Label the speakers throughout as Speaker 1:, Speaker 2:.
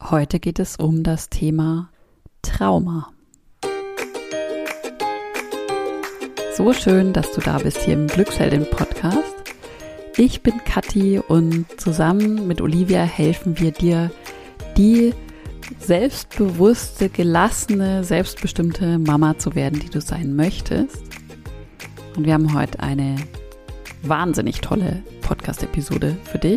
Speaker 1: Heute geht es um das Thema Trauma. So schön, dass du da bist hier im Glücksheldin-Podcast. Ich bin Kathi und zusammen mit Olivia helfen wir dir, die selbstbewusste, gelassene, selbstbestimmte Mama zu werden, die du sein möchtest. Und wir haben heute eine wahnsinnig tolle Podcast-Episode für dich.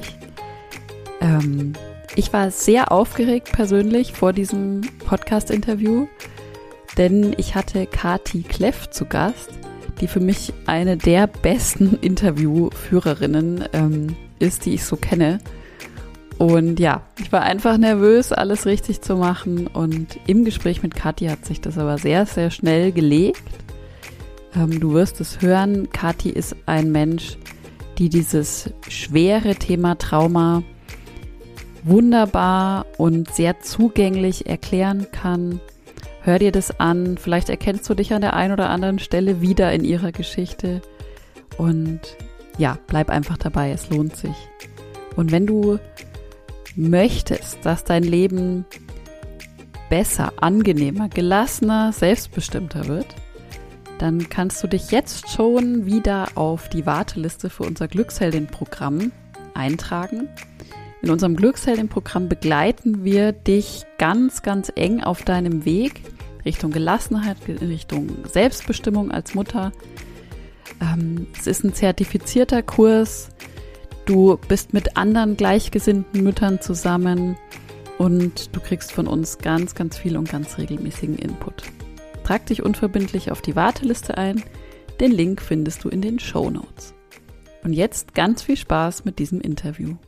Speaker 1: Ich war sehr aufgeregt persönlich vor diesem Podcast-Interview, denn ich hatte Kati Kleff zu Gast, die für mich eine der besten Interviewführerinnen ist, die ich so kenne. Und ja, ich war einfach nervös, alles richtig zu machen. Und im Gespräch mit Kati hat sich das aber sehr, sehr schnell gelegt. Du wirst es hören, Kati ist ein Mensch, die dieses schwere Thema Trauma wunderbar und sehr zugänglich erklären kann. Hör dir das an, vielleicht erkennst du dich an der einen oder anderen Stelle wieder in ihrer Geschichte und ja, bleib einfach dabei, es lohnt sich. Und wenn du möchtest, dass dein Leben besser, angenehmer, gelassener, selbstbestimmter wird, dann kannst du dich jetzt schon wieder auf die Warteliste für unser Glücksheldin-Programm eintragen. In unserem Glücksheldin-Programm begleiten wir dich ganz, ganz eng auf deinem Weg Richtung Gelassenheit, Richtung Selbstbestimmung als Mutter. Es ist ein zertifizierter Kurs. Du bist mit anderen gleichgesinnten Müttern zusammen und du kriegst von uns ganz, ganz viel und ganz regelmäßigen Input. Trag dich unverbindlich auf die Warteliste ein. Den Link findest du in den Shownotes. Und jetzt ganz viel Spaß mit diesem Interview.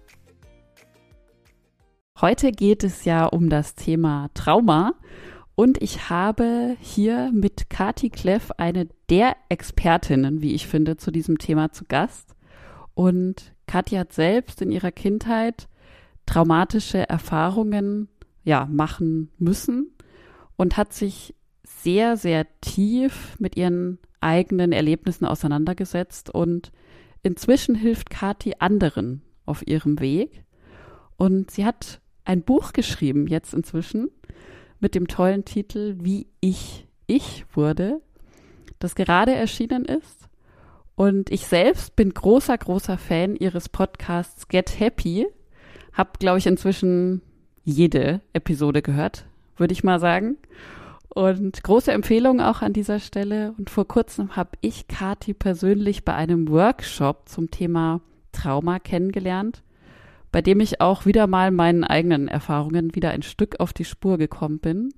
Speaker 1: Heute geht es ja um das Thema Trauma und ich habe hier mit Kati Kleff eine der Expertinnen, wie ich finde, zu diesem Thema zu Gast. Und Kati hat selbst in ihrer Kindheit traumatische Erfahrungen machen müssen und hat sich sehr, sehr tief mit ihren eigenen Erlebnissen auseinandergesetzt und inzwischen hilft Kati anderen auf ihrem Weg. Und sie hat ein Buch geschrieben, jetzt inzwischen, mit dem tollen Titel Wie ich wurde, das gerade erschienen ist. Und ich selbst bin großer, großer Fan ihres Podcasts Get Happy. Hab, glaube ich, inzwischen jede Episode gehört, würde ich mal sagen. Und große Empfehlung auch an dieser Stelle. Und vor kurzem habe ich Kati persönlich bei einem Workshop zum Thema Trauma kennengelernt, bei dem ich auch wieder mal meinen eigenen Erfahrungen wieder ein Stück auf die Spur gekommen bin.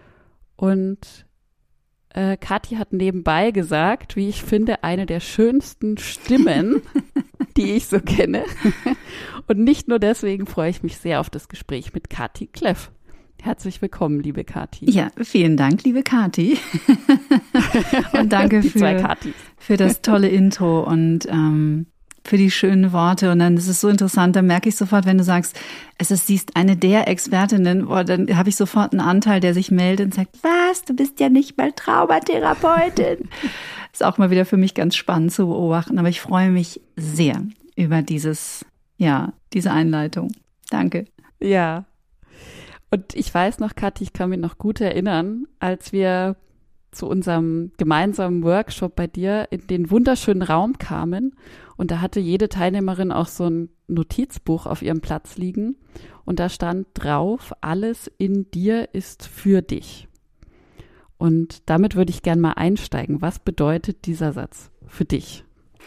Speaker 1: Und Kati hat nebenbei gesagt, wie ich finde, eine der schönsten Stimmen, die ich so kenne. Und nicht nur deswegen freue ich mich sehr auf das Gespräch mit Kati Kleff. Herzlich willkommen, liebe Kati.
Speaker 2: Ja, vielen Dank, liebe Kati. Und danke für das tolle Intro und für die schönen Worte. Und dann ist es so interessant, dann merke ich sofort, wenn du sagst, sie ist eine der Expertinnen, dann habe ich sofort einen Anteil, der sich meldet und sagt, was, du bist ja nicht mal Traumatherapeutin. Ist auch mal wieder für mich ganz spannend zu beobachten, aber ich freue mich sehr über diese Einleitung. Danke.
Speaker 1: Ja. Und ich weiß noch, Kathi, ich kann mich noch gut erinnern, als wir zu unserem gemeinsamen Workshop bei dir in den wunderschönen Raum kamen und da hatte jede Teilnehmerin auch so ein Notizbuch auf ihrem Platz liegen und da stand drauf, alles in dir ist für dich. Und damit würde ich gern mal einsteigen. Was bedeutet dieser Satz für dich?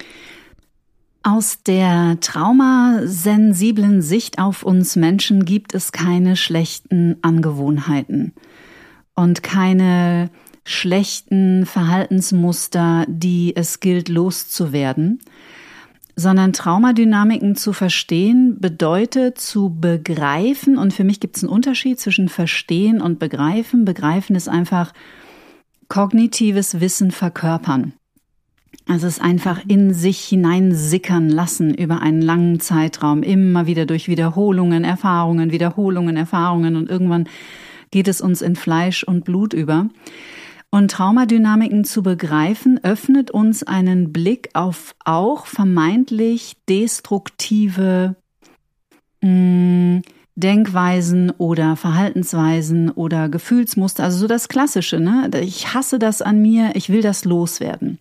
Speaker 2: Aus der traumasensiblen Sicht auf uns Menschen gibt es keine schlechten Angewohnheiten und keine schlechten Verhaltensmuster, die es gilt loszuwerden, sondern Traumadynamiken zu verstehen bedeutet zu begreifen und für mich gibt es einen Unterschied zwischen verstehen und begreifen. Begreifen ist einfach kognitives Wissen verkörpern. Also es einfach in sich hineinsickern lassen über einen langen Zeitraum, immer wieder durch Wiederholungen, Erfahrungen und irgendwann geht es uns in Fleisch und Blut über. Und Traumadynamiken zu begreifen, öffnet uns einen Blick auf auch vermeintlich destruktive Denkweisen oder Verhaltensweisen oder Gefühlsmuster, also so das Klassische, ne? Ich hasse das an mir, ich will das loswerden.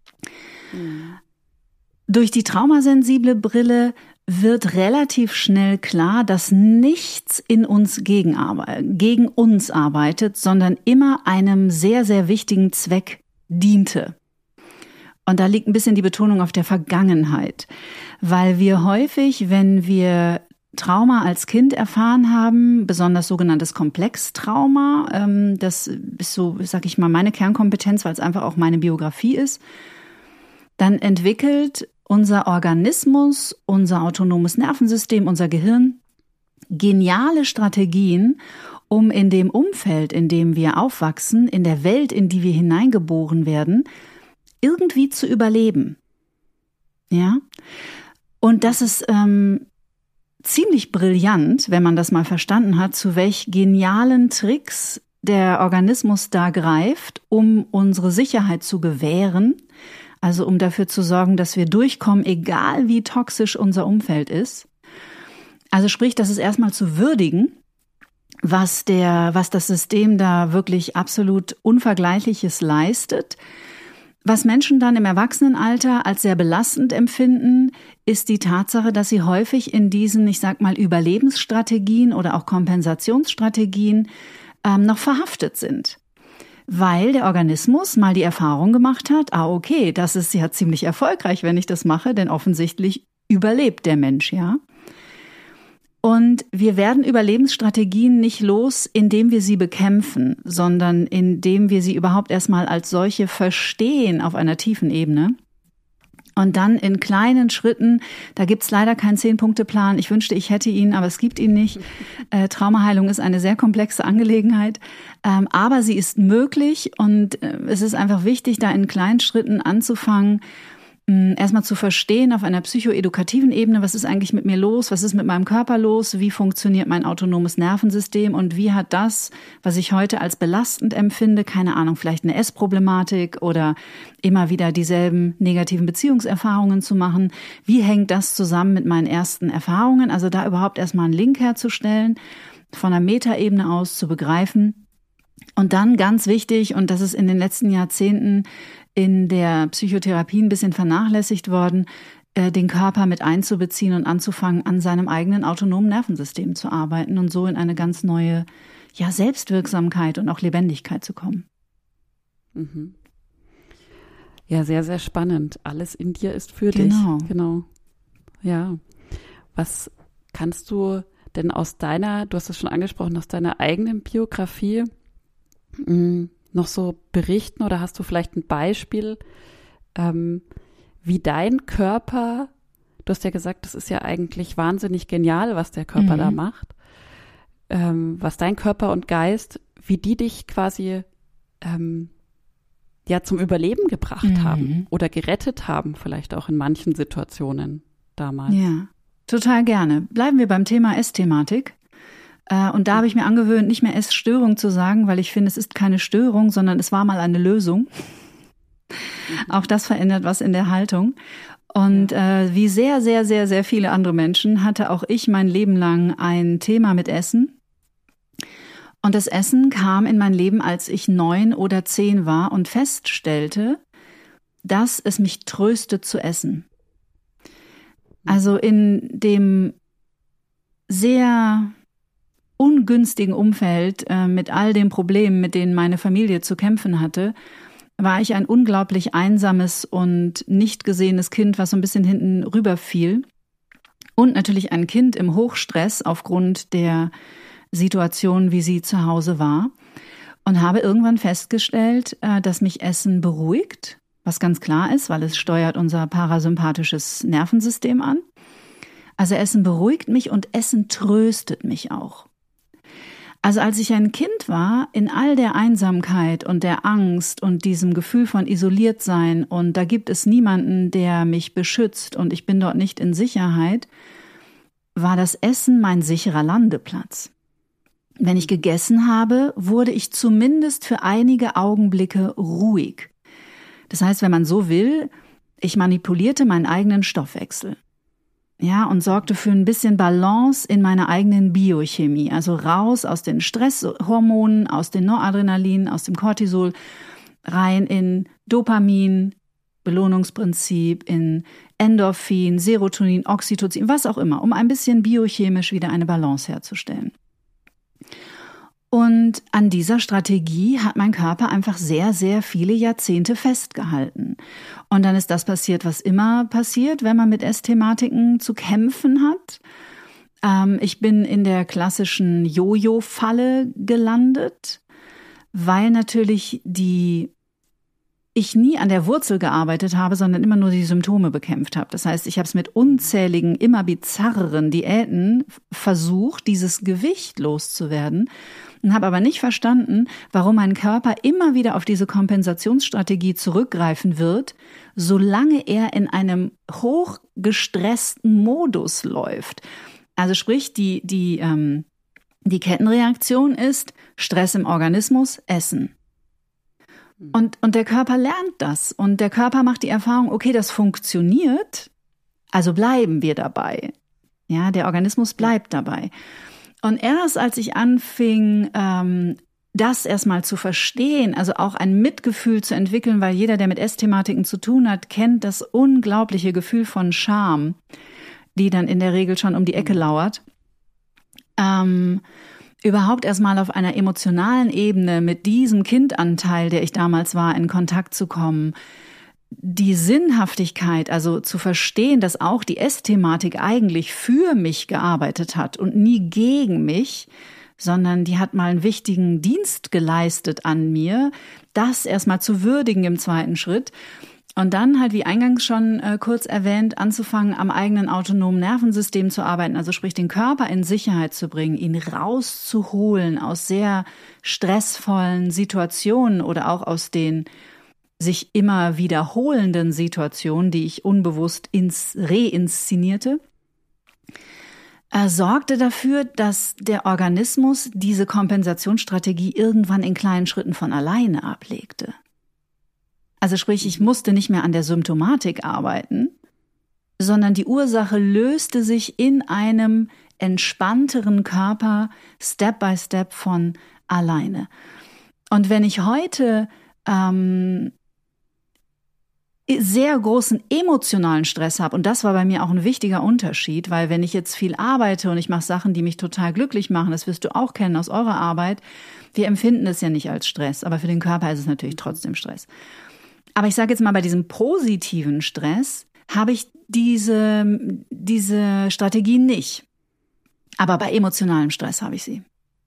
Speaker 2: Durch die traumasensible Brille wird relativ schnell klar, dass nichts in uns gegen uns arbeitet, sondern immer einem sehr, sehr wichtigen Zweck diente. Und da liegt ein bisschen die Betonung auf der Vergangenheit, weil wir häufig, wenn wir Trauma als Kind erfahren haben, besonders sogenanntes Komplextrauma, das ist so, sag ich mal, meine Kernkompetenz, weil es einfach auch meine Biografie ist, dann entwickelt unser Organismus, unser autonomes Nervensystem, unser Gehirn geniale Strategien, um in dem Umfeld, in dem wir aufwachsen, in der Welt, in die wir hineingeboren werden, irgendwie zu überleben. Ja? Und das ist ziemlich brillant, wenn man das mal verstanden hat, zu welch genialen Tricks der Organismus da greift, um unsere Sicherheit zu gewähren, also um dafür zu sorgen, dass wir durchkommen, egal wie toxisch unser Umfeld ist. Also sprich, das ist erstmal zu würdigen, was das System da wirklich absolut Unvergleichliches leistet. Was Menschen dann im Erwachsenenalter als sehr belastend empfinden, ist die Tatsache, dass sie häufig in diesen, ich sag mal, Überlebensstrategien oder auch Kompensationsstrategien noch verhaftet sind. Weil der Organismus mal die Erfahrung gemacht hat, okay, das ist ja ziemlich erfolgreich, wenn ich das mache, denn offensichtlich überlebt der Mensch, ja. Und wir werden Überlebensstrategien nicht los, indem wir sie bekämpfen, sondern indem wir sie überhaupt erstmal als solche verstehen auf einer tiefen Ebene. Und dann in kleinen Schritten, da gibt's leider keinen 10-Punkte-Plan. Ich wünschte, ich hätte ihn, aber es gibt ihn nicht. Traumaheilung ist eine sehr komplexe Angelegenheit, aber sie ist möglich und es ist einfach wichtig, da in kleinen Schritten anzufangen, erstmal zu verstehen auf einer psychoedukativen Ebene, was ist eigentlich mit mir los, was ist mit meinem Körper los, wie funktioniert mein autonomes Nervensystem und wie hat das, was ich heute als belastend empfinde, keine Ahnung, vielleicht eine Essproblematik oder immer wieder dieselben negativen Beziehungserfahrungen zu machen, wie hängt das zusammen mit meinen ersten Erfahrungen, also da überhaupt erstmal einen Link herzustellen, von einer Metaebene aus zu begreifen. Und dann ganz wichtig, und das ist in den letzten Jahrzehnten in der Psychotherapie ein bisschen vernachlässigt worden, den Körper mit einzubeziehen und anzufangen, an seinem eigenen autonomen Nervensystem zu arbeiten und so in eine ganz neue Selbstwirksamkeit und auch Lebendigkeit zu kommen.
Speaker 1: Mhm. Ja, sehr, sehr spannend. Alles in dir ist für dich. Genau. Ja. Was kannst du denn du hast es schon angesprochen, aus deiner eigenen Biografie noch so berichten oder hast du vielleicht ein Beispiel, wie dein Körper, du hast ja gesagt, das ist ja eigentlich wahnsinnig genial, was der Körper da macht, was dein Körper und Geist, wie die dich quasi zum Überleben gebracht haben oder gerettet haben, vielleicht auch in manchen Situationen damals.
Speaker 2: Ja, total gerne. Bleiben wir beim Thema Essthematik. Und da habe ich mir angewöhnt, nicht mehr Essstörung zu sagen, weil ich finde, es ist keine Störung, sondern es war mal eine Lösung. Auch das verändert was in der Haltung. Und wie sehr, sehr, sehr, sehr viele andere Menschen hatte auch ich mein Leben lang ein Thema mit Essen. Und das Essen kam in mein Leben, als ich 9 oder 10 war und feststellte, dass es mich tröstet zu essen. Also in dem sehr ungünstigen Umfeld mit all den Problemen, mit denen meine Familie zu kämpfen hatte, war ich ein unglaublich einsames und nicht gesehenes Kind, was so ein bisschen hinten rüberfiel. Und natürlich ein Kind im Hochstress aufgrund der Situation, wie sie zu Hause war. Und habe irgendwann festgestellt, dass mich Essen beruhigt, was ganz klar ist, weil es steuert unser parasympathisches Nervensystem an. Also Essen beruhigt mich und Essen tröstet mich auch. Also als ich ein Kind war, in all der Einsamkeit und der Angst und diesem Gefühl von Isoliertsein und da gibt es niemanden, der mich beschützt und ich bin dort nicht in Sicherheit, war das Essen mein sicherer Landeplatz. Wenn ich gegessen habe, wurde ich zumindest für einige Augenblicke ruhig. Das heißt, wenn man so will, ich manipulierte meinen eigenen Stoffwechsel. Ja, und sorgte für ein bisschen Balance in meiner eigenen Biochemie. Also raus aus den Stresshormonen, aus den Noradrenalin, aus dem Cortisol, rein in Dopamin, Belohnungsprinzip, in Endorphin, Serotonin, Oxytocin, was auch immer, um ein bisschen biochemisch wieder eine Balance herzustellen. Und an dieser Strategie hat mein Körper einfach sehr, sehr viele Jahrzehnte festgehalten. Und dann ist das passiert, was immer passiert, wenn man mit Essthematiken zu kämpfen hat. Ich bin in der klassischen Jojo-Falle gelandet, weil natürlich ich nie an der Wurzel gearbeitet habe, sondern immer nur die Symptome bekämpft habe. Das heißt, ich habe es mit unzähligen, immer bizarreren Diäten versucht, dieses Gewicht loszuwerden und habe aber nicht verstanden, warum mein Körper immer wieder auf diese Kompensationsstrategie zurückgreifen wird, solange er in einem hochgestressten Modus läuft. Also sprich, die Kettenreaktion ist Stress im Organismus, Essen. Und der Körper lernt das und der Körper macht die Erfahrung, okay, das funktioniert, also bleiben wir dabei. Ja, der Organismus bleibt dabei. Und erst als ich anfing, das erstmal zu verstehen, also auch ein Mitgefühl zu entwickeln, weil jeder, der mit Essthematiken zu tun hat, kennt das unglaubliche Gefühl von Scham, die dann in der Regel schon um die Ecke lauert. Überhaupt erstmal auf einer emotionalen Ebene mit diesem Kindanteil, der ich damals war, in Kontakt zu kommen. Die Sinnhaftigkeit, also zu verstehen, dass auch die Essthematik eigentlich für mich gearbeitet hat und nie gegen mich, sondern die hat mal einen wichtigen Dienst geleistet an mir, das erstmal zu würdigen im zweiten Schritt. Und dann halt, wie eingangs schon kurz erwähnt, anzufangen, am eigenen autonomen Nervensystem zu arbeiten, also sprich den Körper in Sicherheit zu bringen, ihn rauszuholen aus sehr stressvollen Situationen oder auch aus den sich immer wiederholenden Situationen, die ich unbewusst reinszenierte, sorgte dafür, dass der Organismus diese Kompensationsstrategie irgendwann in kleinen Schritten von alleine ablegte. Also sprich, ich musste nicht mehr an der Symptomatik arbeiten, sondern die Ursache löste sich in einem entspannteren Körper Step by Step von alleine. Und wenn ich heute sehr großen emotionalen Stress habe, und das war bei mir auch ein wichtiger Unterschied, weil wenn ich jetzt viel arbeite und ich mache Sachen, die mich total glücklich machen, das wirst du auch kennen aus eurer Arbeit, wir empfinden es ja nicht als Stress, aber für den Körper ist es natürlich trotzdem Stress. Aber ich sage jetzt mal, bei diesem positiven Stress habe ich diese Strategie nicht. Aber bei emotionalem Stress habe ich sie.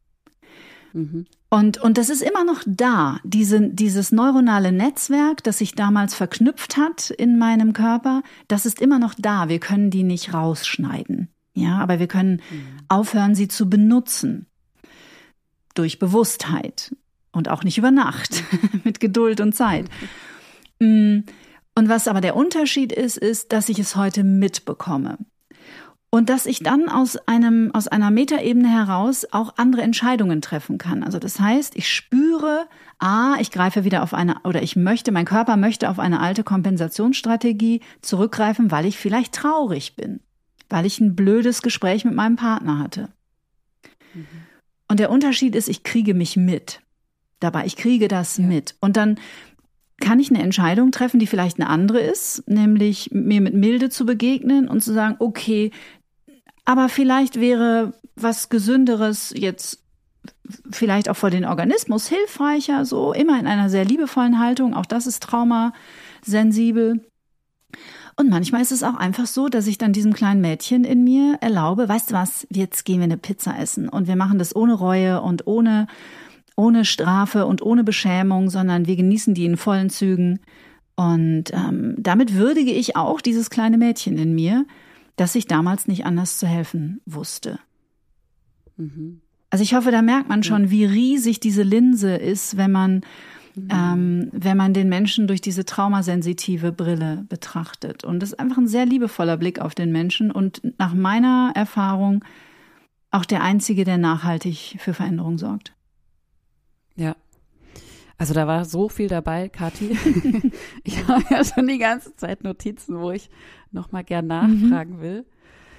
Speaker 2: Mhm. Und das ist immer noch da, dieses neuronale Netzwerk, das sich damals verknüpft hat in meinem Körper, das ist immer noch da. Wir können die nicht rausschneiden. Ja, aber wir können aufhören, sie zu benutzen. Durch Bewusstheit. Und auch nicht über Nacht. Mit Geduld und Zeit. Und was aber der Unterschied ist, dass ich es heute mitbekomme. Und dass ich dann aus einer Metaebene heraus auch andere Entscheidungen treffen kann. Also das heißt, ich spüre, ich greife wieder mein Körper möchte auf eine alte Kompensationsstrategie zurückgreifen, weil ich vielleicht traurig bin, weil ich ein blödes Gespräch mit meinem Partner hatte. Mhm. Und der Unterschied ist, ich kriege mich mit dabei, ich kriege das mit. Und dann kann ich eine Entscheidung treffen, die vielleicht eine andere ist, nämlich mir mit Milde zu begegnen und zu sagen, okay, aber vielleicht wäre was Gesünderes jetzt vielleicht auch für den Organismus hilfreicher, so immer in einer sehr liebevollen Haltung, auch das ist traumasensibel. Und manchmal ist es auch einfach so, dass ich dann diesem kleinen Mädchen in mir erlaube, weißt du was, jetzt gehen wir eine Pizza essen und wir machen das ohne Reue und ohne Strafe und ohne Beschämung, sondern wir genießen die in vollen Zügen. Und damit würdige ich auch dieses kleine Mädchen in mir, das sich damals nicht anders zu helfen wusste. Mhm. Also ich hoffe, da merkt man schon, wie riesig diese Linse ist, wenn man den Menschen durch diese traumasensitive Brille betrachtet. Und das ist einfach ein sehr liebevoller Blick auf den Menschen und nach meiner Erfahrung auch der einzige, der nachhaltig für Veränderung sorgt.
Speaker 1: Ja, also da war so viel dabei, Kathi. Ich habe ja schon die ganze Zeit Notizen, wo ich nochmal gern nachfragen will.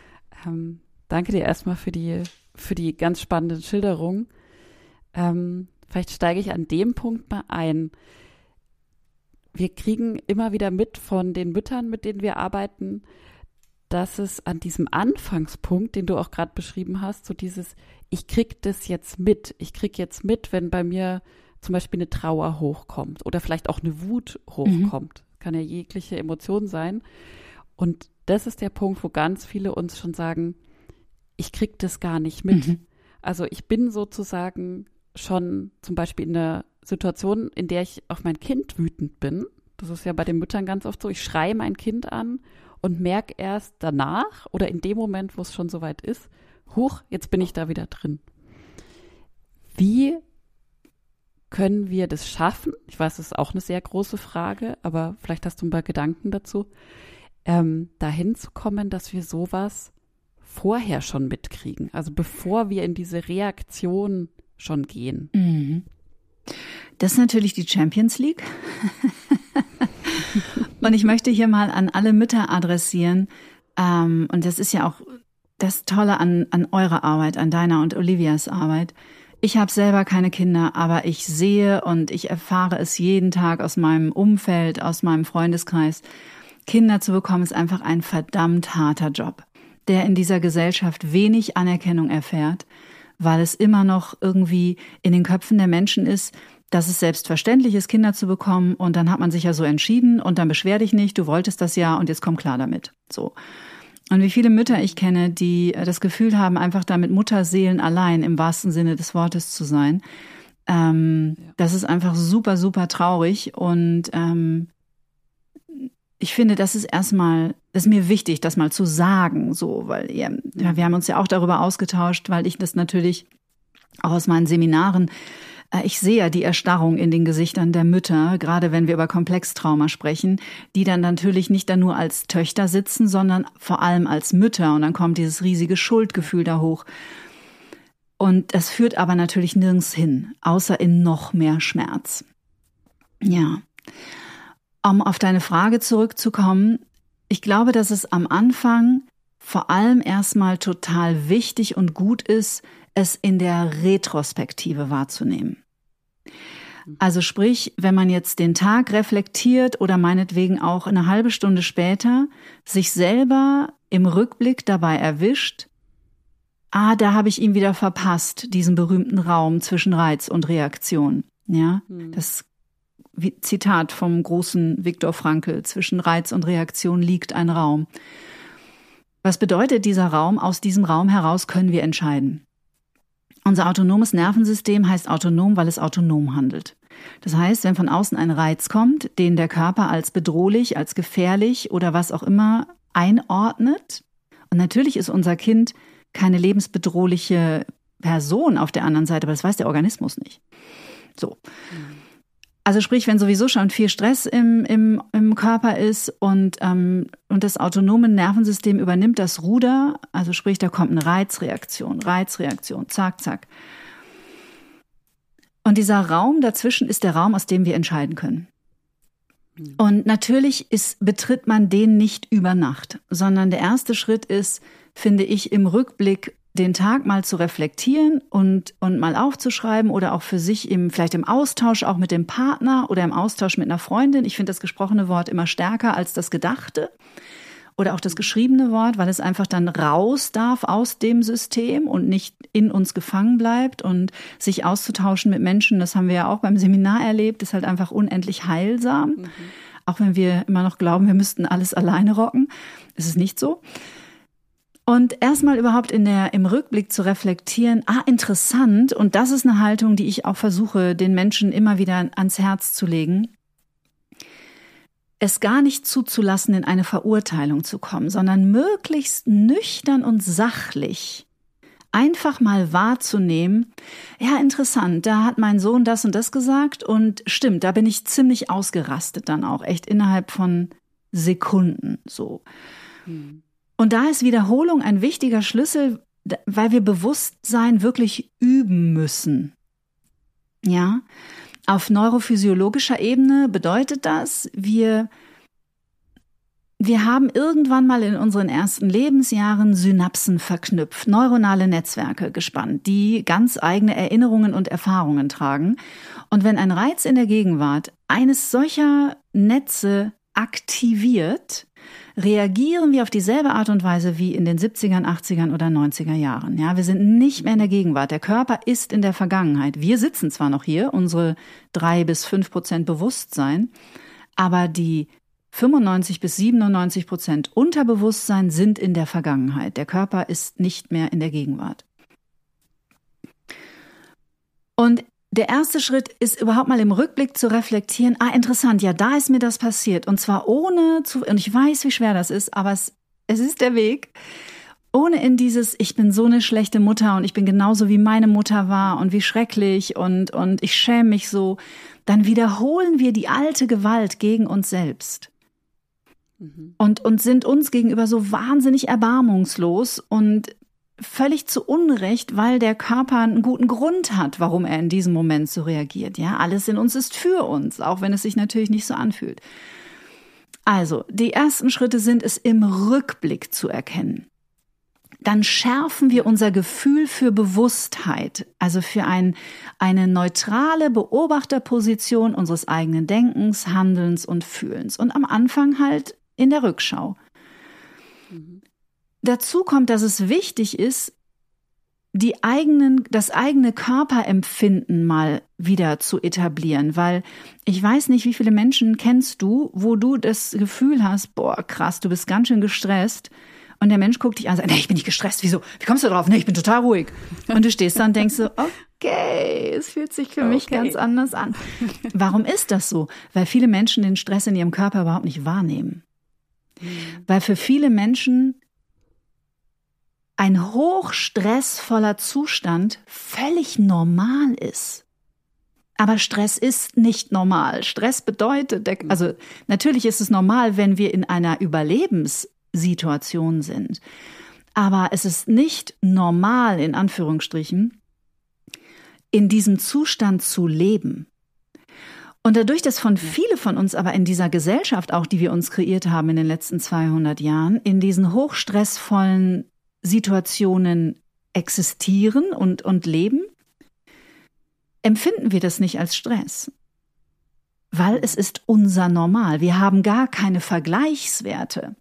Speaker 1: Danke dir erstmal für die ganz spannenden Schilderungen. Vielleicht steige ich an dem Punkt mal ein. Wir kriegen immer wieder mit von den Müttern, mit denen wir arbeiten, dass es an diesem Anfangspunkt, den du auch gerade beschrieben hast, so dieses, ich krieg das jetzt mit. Ich krieg jetzt mit, wenn bei mir zum Beispiel eine Trauer hochkommt oder vielleicht auch eine Wut hochkommt. Kann ja jegliche Emotion sein. Und das ist der Punkt, wo ganz viele uns schon sagen, ich krieg das gar nicht mit. Also ich bin sozusagen schon zum Beispiel in einer Situation, in der ich auf mein Kind wütend bin. Das ist ja bei den Müttern ganz oft so. Ich schreie mein Kind an und merke erst danach oder in dem Moment, wo es schon soweit ist, huch, jetzt bin ich da wieder drin. Wie können wir das schaffen? Ich weiß, das ist auch eine sehr große Frage, aber vielleicht hast du ein paar Gedanken dazu, dahin zu kommen, dass wir sowas vorher schon mitkriegen. Also bevor wir in diese Reaktion schon gehen.
Speaker 2: Das ist natürlich die Champions League. Und ich möchte hier mal an alle Mütter adressieren. Und das ist ja auch das Tolle an eurer Arbeit, an deiner und Olivias Arbeit. Ich habe selber keine Kinder, aber ich sehe und ich erfahre es jeden Tag aus meinem Umfeld, aus meinem Freundeskreis. Kinder zu bekommen ist einfach ein verdammt harter Job, der in dieser Gesellschaft wenig Anerkennung erfährt, weil es immer noch irgendwie in den Köpfen der Menschen ist, dass es selbstverständlich ist, Kinder zu bekommen und dann hat man sich ja so entschieden und dann beschwer dich nicht, du wolltest das ja und jetzt komm klar damit. So. Und wie viele Mütter ich kenne, die das Gefühl haben, einfach damit Mutterseelen allein im wahrsten Sinne des Wortes zu sein. Das ist einfach super, super traurig und ich finde, das ist mir wichtig, das mal zu sagen, so, weil wir haben uns ja auch darüber ausgetauscht, weil ich das natürlich auch aus meinen Seminaren, ich sehe ja die Erstarrung in den Gesichtern der Mütter, gerade wenn wir über Komplextrauma sprechen, die dann natürlich nicht da nur als Töchter sitzen, sondern vor allem als Mütter und dann kommt dieses riesige Schuldgefühl da hoch. Und das führt aber natürlich nirgends hin, außer in noch mehr Schmerz. Ja. Um auf deine Frage zurückzukommen, ich glaube, dass es am Anfang vor allem erstmal total wichtig und gut ist, es in der Retrospektive wahrzunehmen. Also sprich, wenn man jetzt den Tag reflektiert oder meinetwegen auch eine halbe Stunde später sich selber im Rückblick dabei erwischt, da habe ich ihn wieder verpasst, diesen berühmten Raum zwischen Reiz und Reaktion. Ja, das Zitat vom großen Viktor Frankl, zwischen Reiz und Reaktion liegt ein Raum. Was bedeutet dieser Raum? Aus diesem Raum heraus können wir entscheiden. Unser autonomes Nervensystem heißt autonom, weil es autonom handelt. Das heißt, wenn von außen ein Reiz kommt, den der Körper als bedrohlich, als gefährlich oder was auch immer einordnet, und natürlich ist unser Kind keine lebensbedrohliche Person auf der anderen Seite, aber das weiß der Organismus nicht. So. Also sprich, wenn sowieso schon viel Stress im Körper ist und das autonome Nervensystem übernimmt das Ruder, also sprich, da kommt eine Reizreaktion, zack, zack. Und dieser Raum dazwischen ist der Raum, aus dem wir entscheiden können. Und natürlich betritt man den nicht über Nacht, sondern der erste Schritt ist, finde ich, im Rückblick den Tag mal zu reflektieren und mal aufzuschreiben oder auch für sich vielleicht im Austausch auch mit dem Partner oder im Austausch mit einer Freundin. Ich finde das gesprochene Wort immer stärker als das gedachte oder auch das geschriebene Wort, weil es einfach dann raus darf aus dem System und nicht in uns gefangen bleibt und sich auszutauschen mit Menschen, das haben wir ja auch beim Seminar erlebt, ist halt einfach unendlich heilsam. Auch wenn wir immer noch glauben, wir müssten alles alleine rocken, ist es nicht so. Und erstmal überhaupt im Rückblick zu reflektieren, interessant, und das ist eine Haltung, die ich auch versuche, den Menschen immer wieder ans Herz zu legen, es gar nicht zuzulassen, in eine Verurteilung zu kommen, sondern möglichst nüchtern und sachlich einfach mal wahrzunehmen, ja, interessant, da hat mein Sohn das und das gesagt und stimmt, da bin ich ziemlich ausgerastet dann auch, echt innerhalb von Sekunden so. Und da ist Wiederholung ein wichtiger Schlüssel, weil wir Bewusstsein wirklich üben müssen. Ja, auf neurophysiologischer Ebene bedeutet das, wir wir haben irgendwann mal in unseren ersten Lebensjahren Synapsen verknüpft, neuronale Netzwerke gespannt, die ganz eigene Erinnerungen und Erfahrungen tragen. Und wenn ein Reiz in der Gegenwart eines solcher Netze aktiviert, reagieren wir auf dieselbe Art und Weise wie in den 70ern, 80ern oder 90er Jahren. Ja, wir sind nicht mehr in der Gegenwart. Der Körper ist in der Vergangenheit. Wir sitzen zwar noch hier, unsere 3-5% Bewusstsein, aber die 95-97% Unterbewusstsein sind in der Vergangenheit. Der Körper ist nicht mehr in der Gegenwart. Und der erste Schritt ist überhaupt mal im Rückblick zu reflektieren, interessant, ja, da ist mir das passiert. Und zwar und ich weiß, wie schwer das ist, aber es ist der Weg, ohne in dieses, ich bin so eine schlechte Mutter und ich bin genauso wie meine Mutter war und wie schrecklich und ich schäme mich so. Dann wiederholen wir die alte Gewalt gegen uns selbst. Und sind uns gegenüber so wahnsinnig erbarmungslos und völlig zu Unrecht, weil der Körper einen guten Grund hat, warum er in diesem Moment so reagiert. Ja, alles in uns ist für uns, auch wenn es sich natürlich nicht so anfühlt. Also, die ersten Schritte sind es im Rückblick zu erkennen. Dann schärfen wir unser Gefühl für Bewusstheit, also für eine neutrale Beobachterposition unseres eigenen Denkens, Handelns und Fühlens. Und am Anfang halt in der Rückschau. Dazu kommt, dass es wichtig ist, das eigene Körperempfinden mal wieder zu etablieren, weil ich weiß nicht, wie viele Menschen kennst du, wo du das Gefühl hast, boah, krass, du bist ganz schön gestresst. Und der Mensch guckt dich an und sagt, nee, ich bin nicht gestresst. Wieso? Wie kommst du drauf? Nee, ich bin total ruhig. Und du stehst da und denkst so, okay, es fühlt sich für mich ganz anders an. Warum ist das so? Weil viele Menschen den Stress in ihrem Körper überhaupt nicht wahrnehmen. Weil für viele Menschen ein hochstressvoller Zustand völlig normal ist. Aber Stress ist nicht normal. Stress bedeutet, also natürlich ist es normal, wenn wir in einer Überlebenssituation sind. Aber es ist nicht normal, in Anführungsstrichen, in diesem Zustand zu leben. Und dadurch, dass viele von uns aber in dieser Gesellschaft, auch die wir uns kreiert haben in den letzten 200 Jahren, in diesen hochstressvollen Situationen existieren und leben, empfinden wir das nicht als Stress. Weil es ist unser Normal. Wir haben gar keine Vergleichswerte.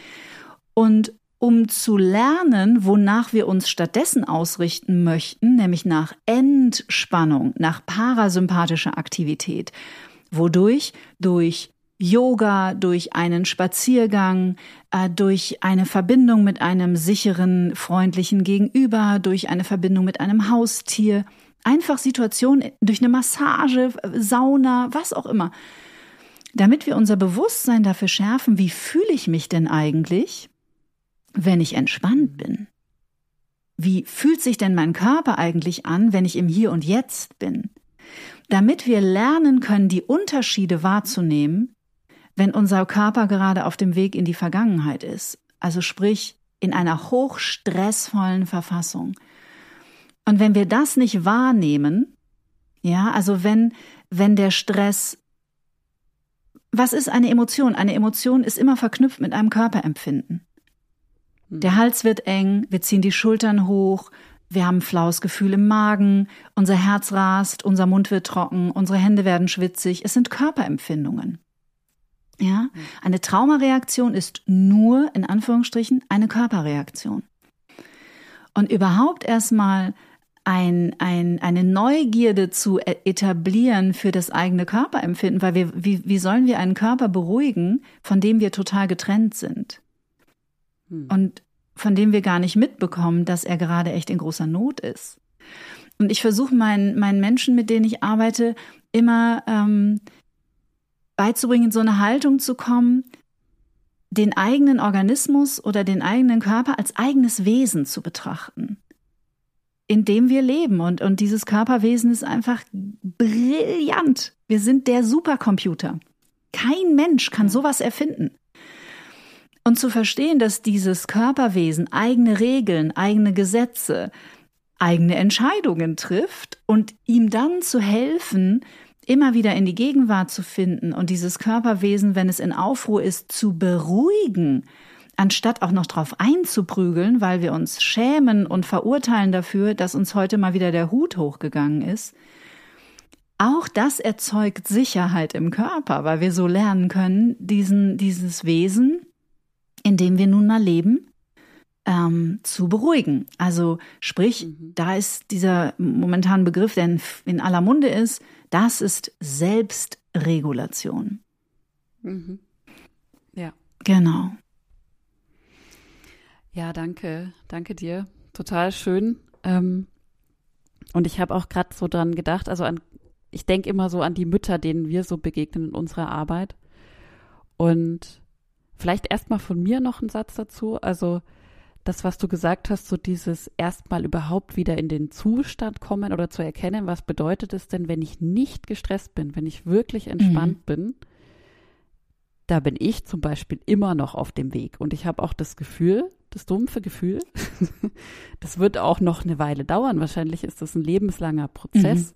Speaker 2: Und um zu lernen, wonach wir uns stattdessen ausrichten möchten, nämlich nach Entspannung, nach parasympathischer Aktivität, wodurch durch Yoga, durch einen Spaziergang, durch eine Verbindung mit einem sicheren, freundlichen Gegenüber, durch eine Verbindung mit einem Haustier, einfach Situationen, durch eine Massage, Sauna, was auch immer, damit wir unser Bewusstsein dafür schärfen, wie fühle ich mich denn eigentlich, wenn ich entspannt bin? Wie fühlt sich denn mein Körper eigentlich an, wenn ich im Hier und Jetzt bin? Damit wir lernen können, die Unterschiede wahrzunehmen, wenn unser Körper gerade auf dem Weg in die Vergangenheit ist. Also sprich, in einer hochstressvollen Verfassung. Und wenn wir das nicht wahrnehmen, ja, also wenn der Stress, was ist eine Emotion? Eine Emotion ist immer verknüpft mit einem Körperempfinden. Der Hals wird eng, wir ziehen die Schultern hoch, wir haben ein flaues Gefühl im Magen, unser Herz rast, unser Mund wird trocken, unsere Hände werden schwitzig. Es sind Körperempfindungen. Ja, eine Traumareaktion ist nur, in Anführungsstrichen, eine Körperreaktion. Und überhaupt erstmal eine Neugierde zu etablieren für das eigene Körperempfinden, weil wie sollen wir einen Körper beruhigen, von dem wir total getrennt sind? Und von dem wir gar nicht mitbekommen, dass er gerade echt in großer Not ist. Und ich versuche meinen Menschen, mit denen ich arbeite, immer beizubringen, in so eine Haltung zu kommen, den eigenen Organismus oder den eigenen Körper als eigenes Wesen zu betrachten, in dem wir leben. Und dieses Körperwesen ist einfach brillant. Wir sind der Supercomputer. Kein Mensch kann sowas erfinden. Und zu verstehen, dass dieses Körperwesen eigene Regeln, eigene Gesetze, eigene Entscheidungen trifft und ihm dann zu helfen, immer wieder in die Gegenwart zu finden und dieses Körperwesen, wenn es in Aufruhr ist, zu beruhigen, anstatt auch noch drauf einzuprügeln, weil wir uns schämen und verurteilen dafür, dass uns heute mal wieder der Hut hochgegangen ist. Auch das erzeugt Sicherheit im Körper, weil wir so lernen können, dieses Wesen, in dem wir nun mal leben, zu beruhigen. Also sprich, da ist dieser momentane Begriff, der in aller Munde ist, das ist Selbstregulation.
Speaker 1: Mhm. Ja.
Speaker 2: Genau.
Speaker 1: Ja, danke. Danke dir. Total schön. Und ich habe auch gerade so dann gedacht, ich denke immer so an die Mütter, denen wir so begegnen in unserer Arbeit. Und vielleicht erstmal von mir noch ein Satz dazu. Also das, was du gesagt hast, so dieses erstmal überhaupt wieder in den Zustand kommen oder zu erkennen, was bedeutet es denn, wenn ich nicht gestresst bin, wenn ich wirklich entspannt bin, da bin ich zum Beispiel immer noch auf dem Weg. Und ich habe auch das Gefühl, das dumpfe Gefühl, das wird auch noch eine Weile dauern. Wahrscheinlich ist das ein lebenslanger Prozess.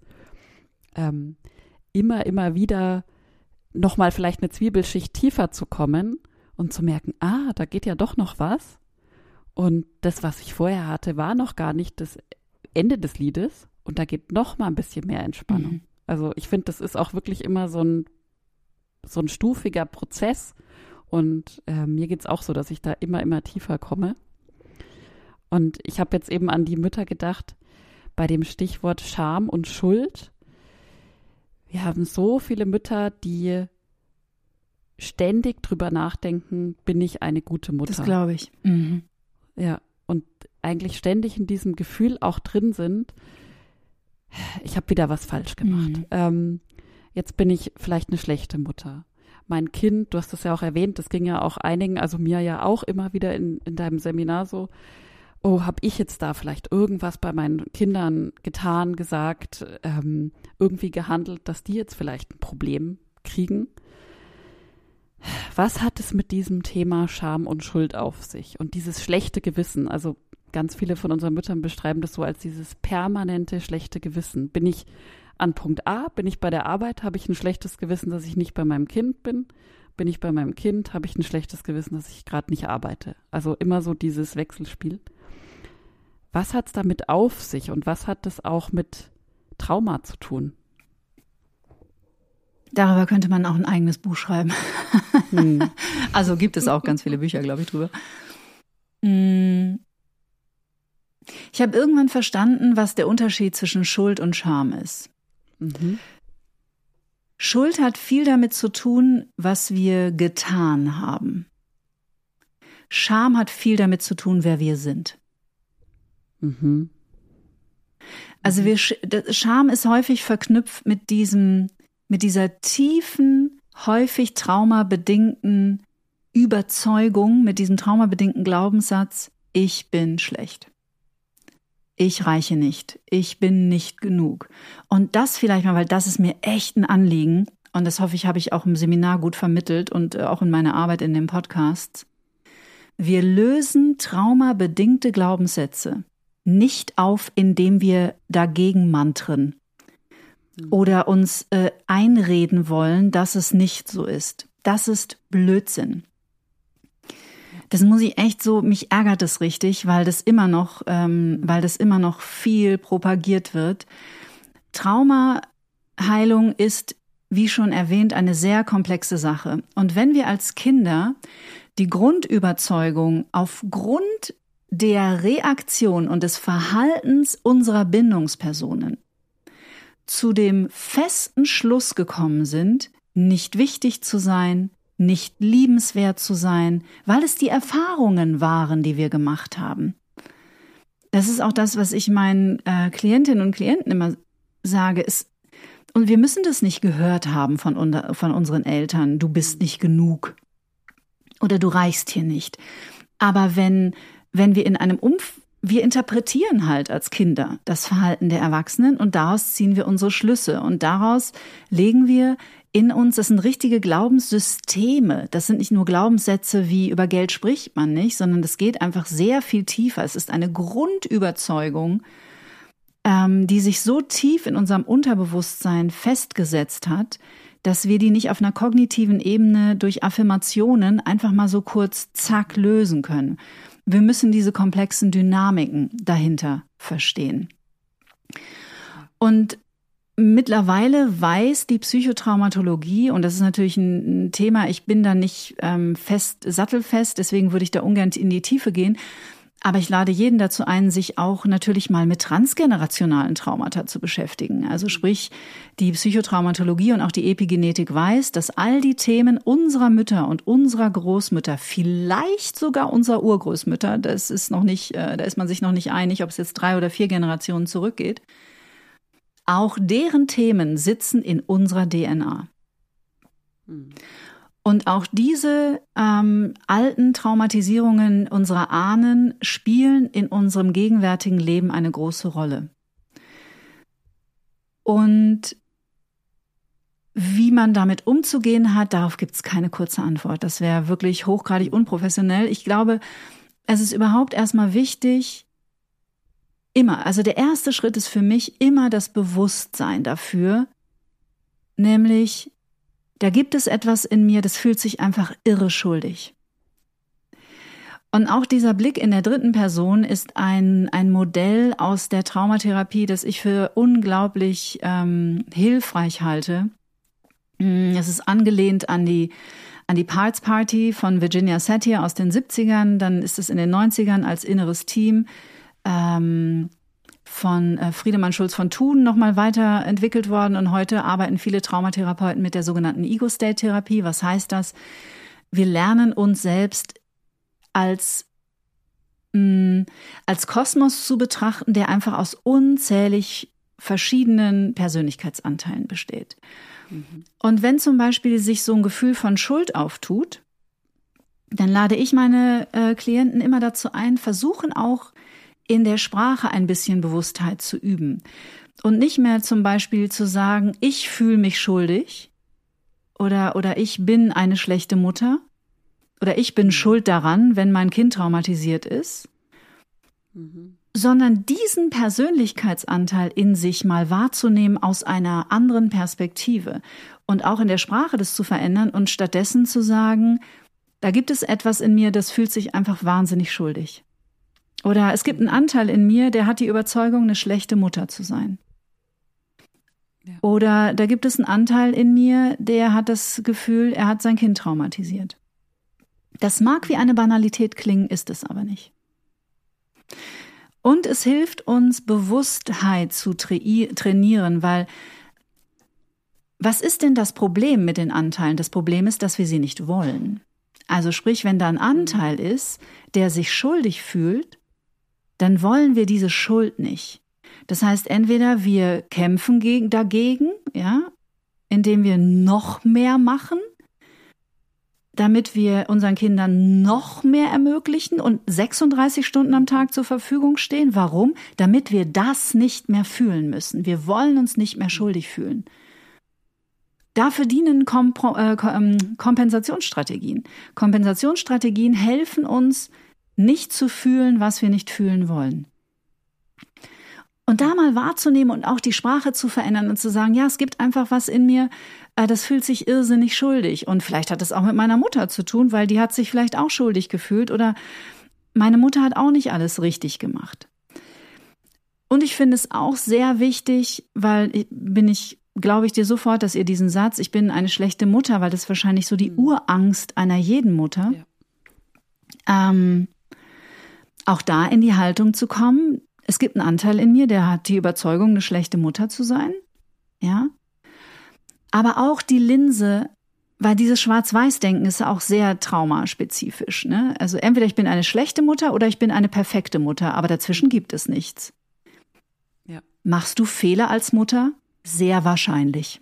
Speaker 1: Immer wieder nochmal vielleicht eine Zwiebelschicht tiefer zu kommen und zu merken, da geht ja doch noch was. Und das, was ich vorher hatte, war noch gar nicht das Ende des Liedes. Und da geht noch mal ein bisschen mehr Entspannung. Also ich finde, das ist auch wirklich immer so ein stufiger Prozess. Und mir geht es auch so, dass ich da immer tiefer komme. Und ich habe jetzt eben an die Mütter gedacht, bei dem Stichwort Scham und Schuld. Wir haben so viele Mütter, die ständig drüber nachdenken, bin ich eine gute Mutter?
Speaker 2: Das glaube ich.
Speaker 1: Ja, und eigentlich ständig in diesem Gefühl auch drin sind, ich habe wieder was falsch gemacht. Jetzt bin ich vielleicht eine schlechte Mutter. Mein Kind, du hast das ja auch erwähnt, das ging ja auch einigen, also mir ja auch immer wieder in deinem Seminar so, habe ich jetzt da vielleicht irgendwas bei meinen Kindern getan, gesagt, irgendwie gehandelt, dass die jetzt vielleicht ein Problem kriegen? Was hat es mit diesem Thema Scham und Schuld auf sich? Und dieses schlechte Gewissen, also ganz viele von unseren Müttern beschreiben das so als dieses permanente schlechte Gewissen. Bin ich an Punkt A, bin ich bei der Arbeit, habe ich ein schlechtes Gewissen, dass ich nicht bei meinem Kind bin? Bin ich bei meinem Kind, habe ich ein schlechtes Gewissen, dass ich gerade nicht arbeite? Also immer so dieses Wechselspiel. Was hat es damit auf sich und was hat das auch mit Trauma zu tun?
Speaker 2: Darüber könnte man auch ein eigenes Buch schreiben. Also gibt es auch ganz viele Bücher, glaube ich, drüber. Ich habe irgendwann verstanden, was der Unterschied zwischen Schuld und Scham ist. Schuld hat viel damit zu tun, was wir getan haben. Scham hat viel damit zu tun, wer wir sind. Also Scham ist häufig verknüpft mit dieser tiefen, häufig traumabedingten Überzeugung, mit diesem traumabedingten Glaubenssatz, ich bin schlecht. Ich reiche nicht. Ich bin nicht genug. Und das vielleicht mal, weil das ist mir echt ein Anliegen. Und das hoffe ich, habe ich auch im Seminar gut vermittelt und auch in meiner Arbeit in den Podcasts. Wir lösen traumabedingte Glaubenssätze nicht auf, indem wir dagegen mantren oder uns einreden wollen, dass es nicht so ist. Das ist Blödsinn. Das muss ich echt so, mich ärgert es richtig, weil das immer noch viel propagiert wird. Traumaheilung ist, wie schon erwähnt, eine sehr komplexe Sache. Und wenn wir als Kinder die Grundüberzeugung aufgrund der Reaktion und des Verhaltens unserer Bindungspersonen zu dem festen Schluss gekommen sind, nicht wichtig zu sein, nicht liebenswert zu sein, weil es die Erfahrungen waren, die wir gemacht haben. Das ist auch das, was ich meinen Klientinnen und Klienten immer sage. Und wir müssen das nicht gehört haben von unseren Eltern. Du bist nicht genug oder du reichst hier nicht. Aber wenn wir in einem wir interpretieren halt als Kinder das Verhalten der Erwachsenen und daraus ziehen wir unsere Schlüsse und daraus legen wir in uns, das sind richtige Glaubenssysteme. Das sind nicht nur Glaubenssätze wie über Geld spricht man nicht, sondern das geht einfach sehr viel tiefer. Es ist eine Grundüberzeugung, die sich so tief in unserem Unterbewusstsein festgesetzt hat, dass wir die nicht auf einer kognitiven Ebene durch Affirmationen einfach mal so kurz zack lösen können. Wir müssen diese komplexen Dynamiken dahinter verstehen. Und mittlerweile weiß die Psychotraumatologie, und das ist natürlich ein Thema, ich bin da nicht sattelfest, deswegen würde ich da ungern in die Tiefe gehen, aber ich lade jeden dazu ein, sich auch natürlich mal mit transgenerationalen Traumata zu beschäftigen. Also sprich, die Psychotraumatologie und auch die Epigenetik weiß, dass all die Themen unserer Mütter und unserer Großmütter, vielleicht sogar unserer Urgroßmütter, das ist noch nicht, da ist man sich noch nicht einig, ob es jetzt 3 oder 4 Generationen zurückgeht, auch deren Themen sitzen in unserer DNA. Und auch diese alten Traumatisierungen unserer Ahnen spielen in unserem gegenwärtigen Leben eine große Rolle. Und wie man damit umzugehen hat, darauf gibt es keine kurze Antwort. Das wäre wirklich hochgradig unprofessionell. Ich glaube, es ist überhaupt erstmal wichtig, also der erste Schritt ist für mich immer das Bewusstsein dafür, nämlich da gibt es etwas in mir, das fühlt sich einfach irre schuldig. Und auch dieser Blick in der dritten Person ist ein Modell aus der Traumatherapie, das ich für unglaublich hilfreich halte. Es ist angelehnt an die Parts Party von Virginia Satir aus den 70ern. Dann ist es in den 90ern als inneres Team von Friedemann Schulz von Thun nochmal weiterentwickelt worden. Und heute arbeiten viele Traumatherapeuten mit der sogenannten Ego-State-Therapie. Was heißt das? Wir lernen uns selbst als Kosmos zu betrachten, der einfach aus unzählig verschiedenen Persönlichkeitsanteilen besteht. Und wenn zum Beispiel sich so ein Gefühl von Schuld auftut, dann lade ich meine Klienten immer dazu ein, versuchen auch in der Sprache ein bisschen Bewusstheit zu üben. Und nicht mehr zum Beispiel zu sagen, ich fühle mich schuldig oder ich bin eine schlechte Mutter oder ich bin schuld daran, wenn mein Kind traumatisiert ist, sondern diesen Persönlichkeitsanteil in sich mal wahrzunehmen aus einer anderen Perspektive und auch in der Sprache das zu verändern und stattdessen zu sagen, da gibt es etwas in mir, das fühlt sich einfach wahnsinnig schuldig. Oder es gibt einen Anteil in mir, der hat die Überzeugung, eine schlechte Mutter zu sein. Ja. Oder da gibt es einen Anteil in mir, der hat das Gefühl, er hat sein Kind traumatisiert. Das mag wie eine Banalität klingen, ist es aber nicht. Und es hilft uns, Bewusstheit zu trainieren, weil was ist denn das Problem mit den Anteilen? Das Problem ist, dass wir sie nicht wollen. Also sprich, wenn da ein Anteil ist, der sich schuldig fühlt, dann wollen wir diese Schuld nicht. Das heißt, entweder wir kämpfen dagegen, ja, indem wir noch mehr machen, damit wir unseren Kindern noch mehr ermöglichen und 36 Stunden am Tag zur Verfügung stehen. Warum? Damit wir das nicht mehr fühlen müssen. Wir wollen uns nicht mehr schuldig fühlen. Dafür dienen Kompensationsstrategien. Kompensationsstrategien helfen uns, nicht zu fühlen, was wir nicht fühlen wollen. Und da mal wahrzunehmen und auch die Sprache zu verändern und zu sagen, ja, es gibt einfach was in mir, das fühlt sich irrsinnig schuldig. Und vielleicht hat es auch mit meiner Mutter zu tun, weil die hat sich vielleicht auch schuldig gefühlt oder meine Mutter hat auch nicht alles richtig gemacht. Und ich finde es auch sehr wichtig, weil glaube ich dir sofort, dass ihr diesen Satz, ich bin eine schlechte Mutter, weil das ist wahrscheinlich so die Urangst einer jeden Mutter, auch da in die Haltung zu kommen. Es gibt einen Anteil in mir, der hat die Überzeugung, eine schlechte Mutter zu sein, ja. Aber auch die Linse, weil dieses Schwarz-Weiß-Denken ist auch sehr traumaspezifisch, ne? Also entweder ich bin eine schlechte Mutter oder ich bin eine perfekte Mutter, aber dazwischen gibt es nichts. Ja. Machst du Fehler als Mutter? Sehr wahrscheinlich.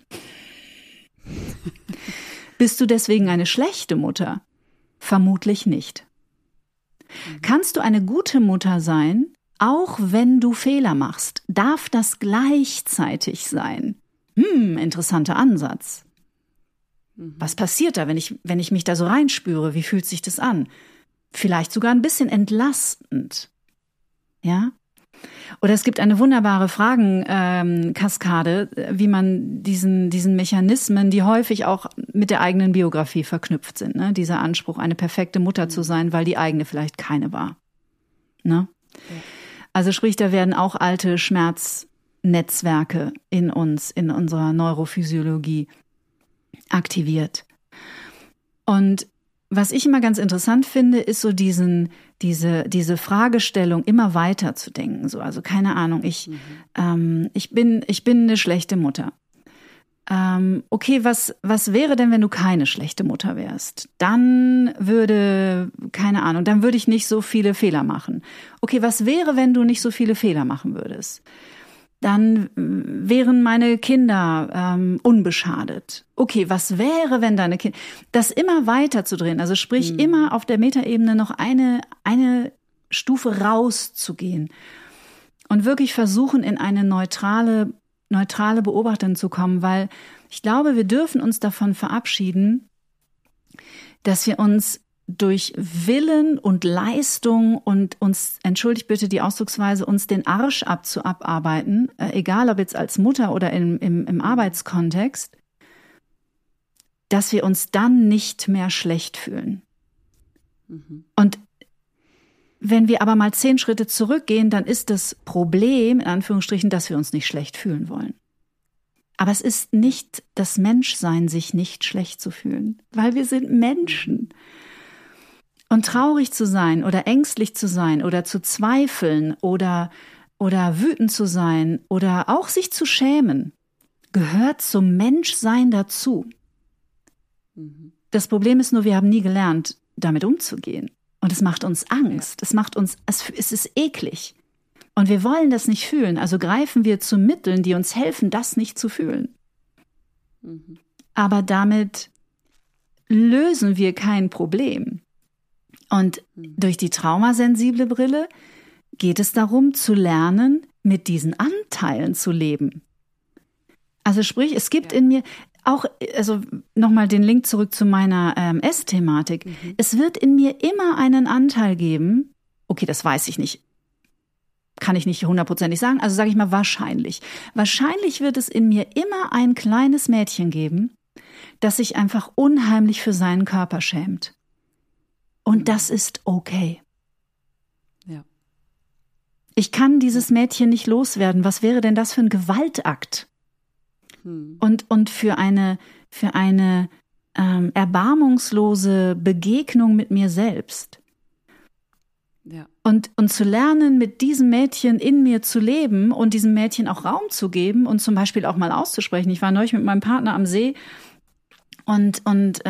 Speaker 2: Bist du deswegen eine schlechte Mutter? Vermutlich nicht. Kannst du eine gute Mutter sein, auch wenn du Fehler machst? Darf das gleichzeitig sein? Interessanter Ansatz. Was passiert da, wenn ich mich da so reinspüre? Wie fühlt sich das an? Vielleicht sogar ein bisschen entlastend. Ja? Oder es gibt eine wunderbare Fragenkaskade, wie man diesen Mechanismen, die häufig auch mit der eigenen Biografie verknüpft sind, ne? Dieser Anspruch, eine perfekte Mutter zu sein, weil die eigene vielleicht keine war. Ne? Ja. Also sprich, da werden auch alte Schmerznetzwerke in uns, in unserer Neurophysiologie aktiviert. Und was ich immer ganz interessant finde, ist so diese Fragestellung immer weiter zu denken. So, also keine Ahnung, ich bin eine schlechte Mutter. Okay, was wäre denn, wenn du keine schlechte Mutter wärst? Dann würde ich nicht so viele Fehler machen. Okay, was wäre, wenn du nicht so viele Fehler machen würdest? Dann wären meine Kinder unbeschadet. Okay, was wäre, wenn deine Kinder... Das immer weiter zu drehen, also sprich immer auf der Metaebene noch eine Stufe rauszugehen und wirklich versuchen, in eine neutrale Beobachterin zu kommen, weil ich glaube, wir dürfen uns davon verabschieden, dass wir uns durch Willen und Leistung und uns, entschuldigt bitte die Ausdrucksweise, uns den Arsch abarbeiten, egal ob jetzt als Mutter oder im Arbeitskontext, dass wir uns dann nicht mehr schlecht fühlen. Mhm. Und wenn wir aber mal 10 Schritte zurückgehen, dann ist das Problem, in Anführungsstrichen, dass wir uns nicht schlecht fühlen wollen. Aber es ist nicht das Menschsein, sich nicht schlecht zu fühlen, weil wir sind Menschen. Und traurig zu sein oder ängstlich zu sein oder zu zweifeln oder wütend zu sein oder auch sich zu schämen, gehört zum Menschsein dazu. Mhm. Das Problem ist nur, wir haben nie gelernt, damit umzugehen. Und es macht uns Angst. Ja. Es ist eklig. Und wir wollen das nicht fühlen. Also greifen wir zu Mitteln, die uns helfen, das nicht zu fühlen. Mhm. Aber damit lösen wir kein Problem. Und durch die traumasensible Brille geht es darum, zu lernen, mit diesen Anteilen zu leben. Also sprich, es gibt in mir auch, also nochmal den Link zurück zu meiner Essthematik. Mhm. Es wird in mir immer einen Anteil geben, okay, das weiß ich nicht, kann ich nicht 100%ig sagen, also sage ich mal wahrscheinlich. Wahrscheinlich wird es in mir immer ein kleines Mädchen geben, das sich einfach unheimlich für seinen Körper schämt. Und das ist okay. Ja. Ich kann dieses Mädchen nicht loswerden. Was wäre denn das für ein Gewaltakt? Und für eine erbarmungslose Begegnung mit mir selbst. Ja. Und zu lernen, mit diesem Mädchen in mir zu leben und diesem Mädchen auch Raum zu geben und zum Beispiel auch mal auszusprechen. Ich war neulich mit meinem Partner am See und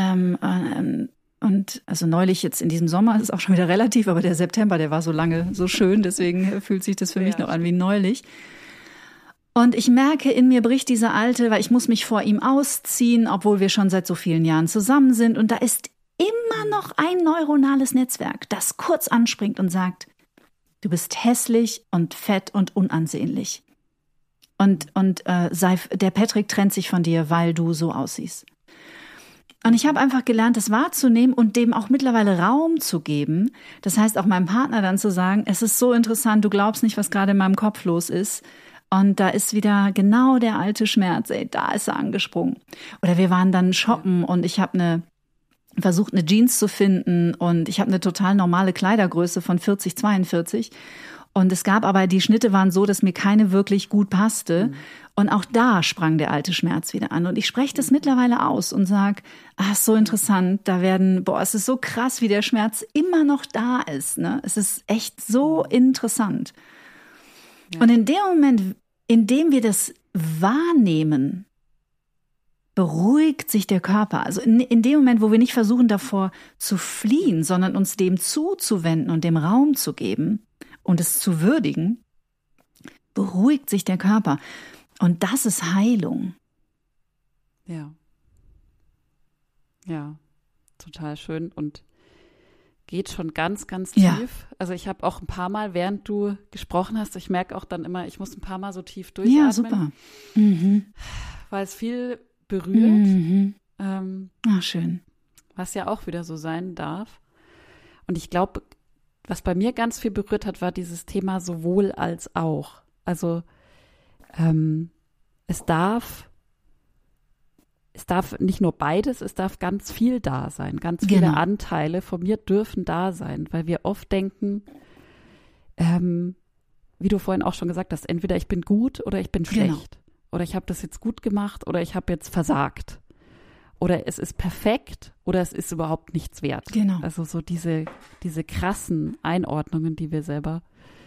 Speaker 2: also neulich jetzt in diesem Sommer, ist auch schon wieder relativ, aber der September, der war so lange so schön, deswegen fühlt sich das für mich noch an wie neulich. Und ich merke, in mir bricht dieser Alte, weil ich muss mich vor ihm ausziehen, obwohl wir schon seit so vielen Jahren zusammen sind. Und da ist immer noch ein neuronales Netzwerk, das kurz anspringt und sagt, du bist hässlich und fett und unansehnlich. Und der Patrick trennt sich von dir, weil du so aussiehst. Und ich habe einfach gelernt, das wahrzunehmen und dem auch mittlerweile Raum zu geben. Das heißt, auch meinem Partner dann zu sagen, es ist so interessant, du glaubst nicht, was gerade in meinem Kopf los ist. Und da ist wieder genau der alte Schmerz, da ist er angesprungen. Oder wir waren dann shoppen und ich habe versucht, eine Jeans zu finden und ich habe eine total normale Kleidergröße von 40, 42. Und es gab aber, die Schnitte waren so, dass mir keine wirklich gut passte. Mhm. Und auch da sprang der alte Schmerz wieder an. Und ich spreche das mittlerweile aus und sage, ist so interessant, es ist so krass, wie der Schmerz immer noch da ist. Ne? Es ist echt so interessant. Ja. Und in dem Moment, in dem wir das wahrnehmen, beruhigt sich der Körper. Also in dem Moment, wo wir nicht versuchen, davor zu fliehen, sondern uns dem zuzuwenden und dem Raum zu geben und es zu würdigen, beruhigt sich der Körper. Und das ist Heilung.
Speaker 1: Ja. Ja, total schön und geht schon ganz, ganz tief. Ja. Also ich habe auch ein paar Mal, während du gesprochen hast, ich merke auch dann immer, ich muss ein paar Mal so tief durchatmen.
Speaker 2: Ja, super. Mhm.
Speaker 1: Weil es viel berührt.
Speaker 2: Mhm. Schön.
Speaker 1: Was ja auch wieder so sein darf. Und ich glaube, was bei mir ganz viel berührt hat, war dieses Thema sowohl als auch. Also es darf nicht nur beides, es darf ganz viel da sein. Ganz viele Anteile von mir dürfen da sein, weil wir oft denken, wie du vorhin auch schon gesagt hast, entweder ich bin gut oder ich bin schlecht. Oder ich habe das jetzt gut gemacht oder ich habe jetzt versagt. Oder es ist perfekt oder es ist überhaupt nichts wert.
Speaker 2: Genau.
Speaker 1: Also so diese krassen Einordnungen, die wir selber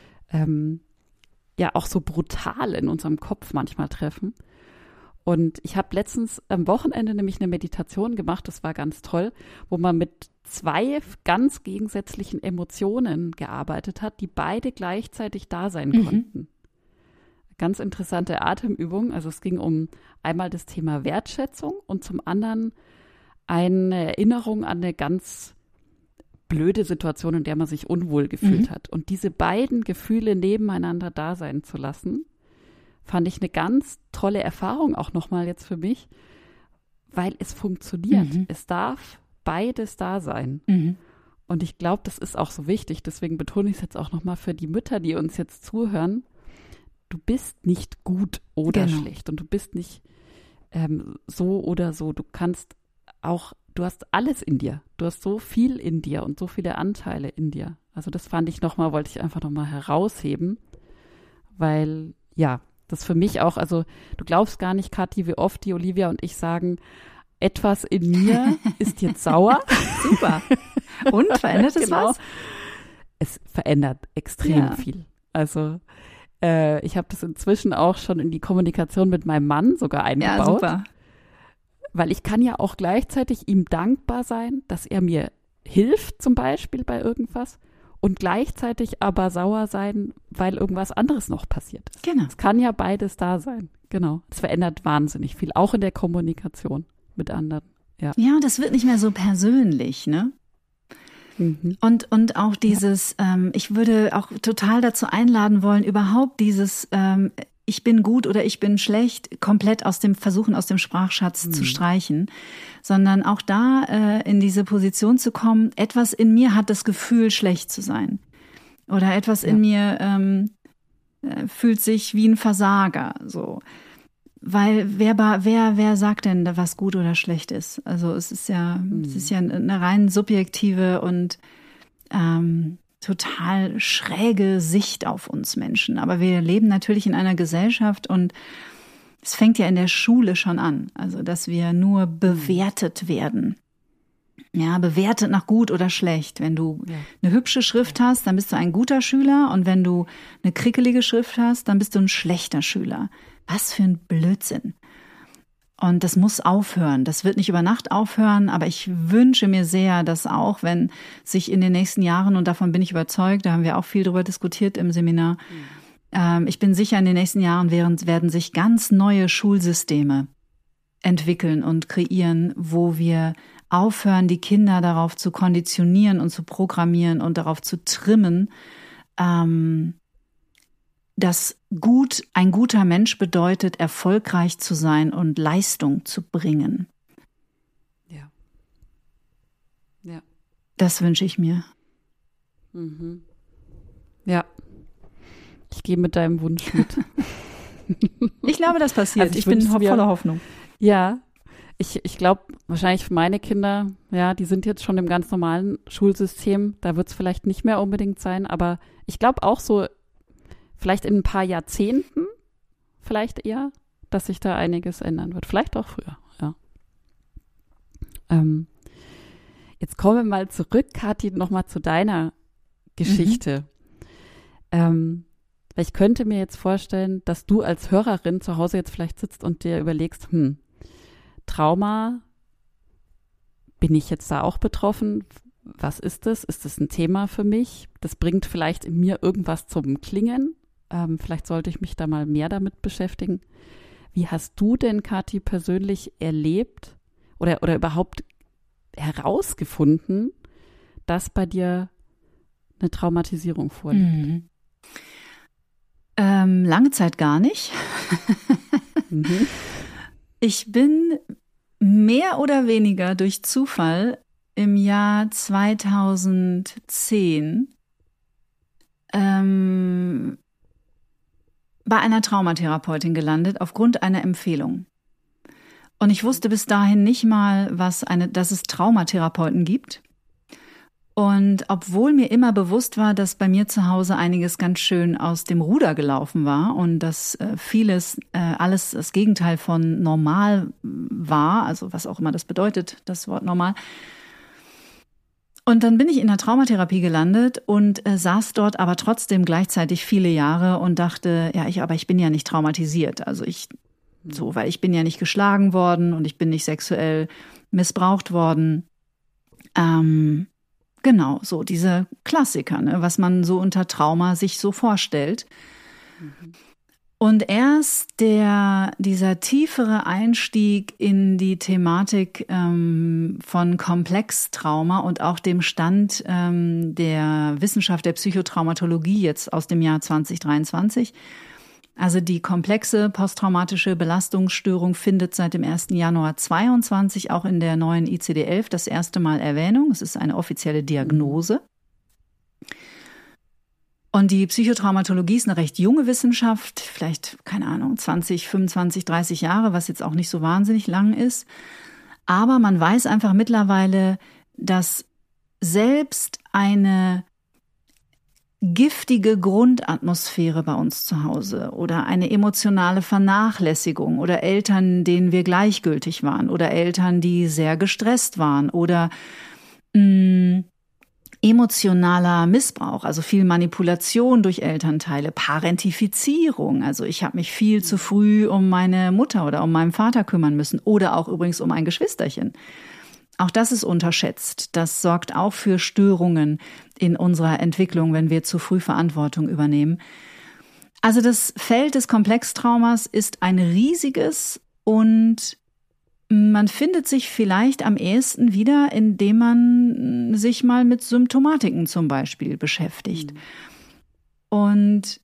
Speaker 1: ja auch so brutal in unserem Kopf manchmal treffen. Und ich habe letztens am Wochenende nämlich eine Meditation gemacht, das war ganz toll, wo man mit 2 ganz gegensätzlichen Emotionen gearbeitet hat, die beide gleichzeitig da sein konnten. Ganz interessante Atemübung. Also es ging um einmal das Thema Wertschätzung und zum anderen eine Erinnerung an eine ganz blöde Situation, in der man sich unwohl gefühlt hat. Und diese beiden Gefühle nebeneinander da sein zu lassen, fand ich eine ganz tolle Erfahrung auch nochmal jetzt für mich, weil es funktioniert. Es darf beides da sein. Und ich glaube, das ist auch so wichtig. Deswegen betone ich es jetzt auch nochmal für die Mütter, die uns jetzt zuhören. Du bist nicht gut oder schlecht und du bist nicht so oder so. Du hast alles in dir. Du hast so viel in dir und so viele Anteile in dir. Also das wollte ich einfach nochmal herausheben, weil, ja, das für mich auch, also du glaubst gar nicht, Kathi, wie oft die Olivia und ich sagen, etwas in mir ist jetzt sauer.
Speaker 2: Super. Und verändert es was?
Speaker 1: Es verändert extrem viel. Also ich habe das inzwischen auch schon in die Kommunikation mit meinem Mann sogar eingebaut. Ja, super. Weil ich kann ja auch gleichzeitig ihm dankbar sein, dass er mir hilft, zum Beispiel bei irgendwas, und gleichzeitig aber sauer sein, weil irgendwas anderes noch passiert ist.
Speaker 2: Genau.
Speaker 1: Es kann ja beides da sein. Genau. Es verändert wahnsinnig viel, auch in der Kommunikation mit anderen. Ja,
Speaker 2: und das wird nicht mehr so persönlich, ne? Und auch dieses, ich würde auch total dazu einladen wollen, überhaupt dieses ich bin gut oder ich bin schlecht komplett versuchen aus dem Sprachschatz zu streichen, sondern auch da in diese Position zu kommen, etwas in mir hat das Gefühl, schlecht zu sein. Oder etwas in mir fühlt sich wie ein Versager, so. Weil wer sagt denn, was gut oder schlecht ist? Also es ist ja eine rein subjektive und total schräge Sicht auf uns Menschen. Aber wir leben natürlich in einer Gesellschaft und es fängt ja in der Schule schon an. Also dass wir nur bewertet werden. Ja, bewertet nach gut oder schlecht. Wenn du eine hübsche Schrift hast, dann bist du ein guter Schüler. Und wenn du eine krickelige Schrift hast, dann bist du ein schlechter Schüler. Was für ein Blödsinn. Und das muss aufhören. Das wird nicht über Nacht aufhören, aber ich wünsche mir sehr, dass auch, wenn sich in den nächsten Jahren, und davon bin ich überzeugt, da haben wir auch viel drüber diskutiert im Seminar, ich bin sicher, in den nächsten Jahren werden sich ganz neue Schulsysteme entwickeln und kreieren, wo wir aufhören, die Kinder darauf zu konditionieren und zu programmieren und darauf zu trimmen, dass ein guter Mensch bedeutet, erfolgreich zu sein und Leistung zu bringen.
Speaker 1: Ja. Ja.
Speaker 2: Das wünsche ich mir.
Speaker 1: Ja. Ich gehe mit deinem Wunsch mit.
Speaker 2: Ich glaube, das passiert. Also ich bin voller Hoffnung.
Speaker 1: Ja. Ich glaube, wahrscheinlich für meine Kinder, ja, die sind jetzt schon im ganz normalen Schulsystem. Da wird es vielleicht nicht mehr unbedingt sein, aber ich glaube auch so, vielleicht in ein paar Jahrzehnten, vielleicht eher, dass sich da einiges ändern wird. Vielleicht auch früher, ja. Jetzt kommen wir mal zurück, Kathi, nochmal zu deiner Geschichte. Weil ich könnte mir jetzt vorstellen, dass du als Hörerin zu Hause jetzt vielleicht sitzt und dir überlegst, Trauma, bin ich jetzt da auch betroffen? Was ist das? Ist das ein Thema für mich? Das bringt vielleicht in mir irgendwas zum Klingen. Vielleicht sollte ich mich da mal mehr damit beschäftigen. Wie hast du denn, Kathi, persönlich erlebt oder überhaupt herausgefunden, dass bei dir eine Traumatisierung vorliegt?
Speaker 2: Lange Zeit gar nicht. Ich bin mehr oder weniger durch Zufall im Jahr 2010 bei einer Traumatherapeutin gelandet aufgrund einer Empfehlung. Und ich wusste bis dahin nicht mal, dass es Traumatherapeuten gibt. Und obwohl mir immer bewusst war, dass bei mir zu Hause einiges ganz schön aus dem Ruder gelaufen war und dass alles das Gegenteil von normal war, also was auch immer das bedeutet, das Wort normal. Und dann bin ich in der Traumatherapie gelandet und saß dort aber trotzdem gleichzeitig viele Jahre und dachte, aber ich bin ja nicht traumatisiert. Also weil ich bin ja nicht geschlagen worden und ich bin nicht sexuell missbraucht worden. Genau, so diese Klassiker, ne, was man so unter Trauma sich so vorstellt. Mhm. Und erst dieser tiefere Einstieg in die Thematik von Komplextrauma und auch dem Stand der Wissenschaft der Psychotraumatologie jetzt aus dem Jahr 2023. Also die komplexe posttraumatische Belastungsstörung findet seit dem 1. Januar 2022 auch in der neuen ICD-11 das erste Mal Erwähnung. Es ist eine offizielle Diagnose. Und die Psychotraumatologie ist eine recht junge Wissenschaft, vielleicht, 20, 25, 30 Jahre, was jetzt auch nicht so wahnsinnig lang ist. Aber man weiß einfach mittlerweile, dass selbst eine giftige Grundatmosphäre bei uns zu Hause oder eine emotionale Vernachlässigung oder Eltern, denen wir gleichgültig waren oder Eltern, die sehr gestresst waren oder emotionaler Missbrauch, also viel Manipulation durch Elternteile, Parentifizierung, also ich habe mich viel zu früh um meine Mutter oder um meinen Vater kümmern müssen oder auch übrigens um ein Geschwisterchen. Auch das ist unterschätzt. Das sorgt auch für Störungen in unserer Entwicklung, wenn wir zu früh Verantwortung übernehmen. Also das Feld des Komplextraumas ist ein riesiges und man findet sich vielleicht am ehesten wieder, indem man sich mal mit Symptomatiken zum Beispiel beschäftigt. Und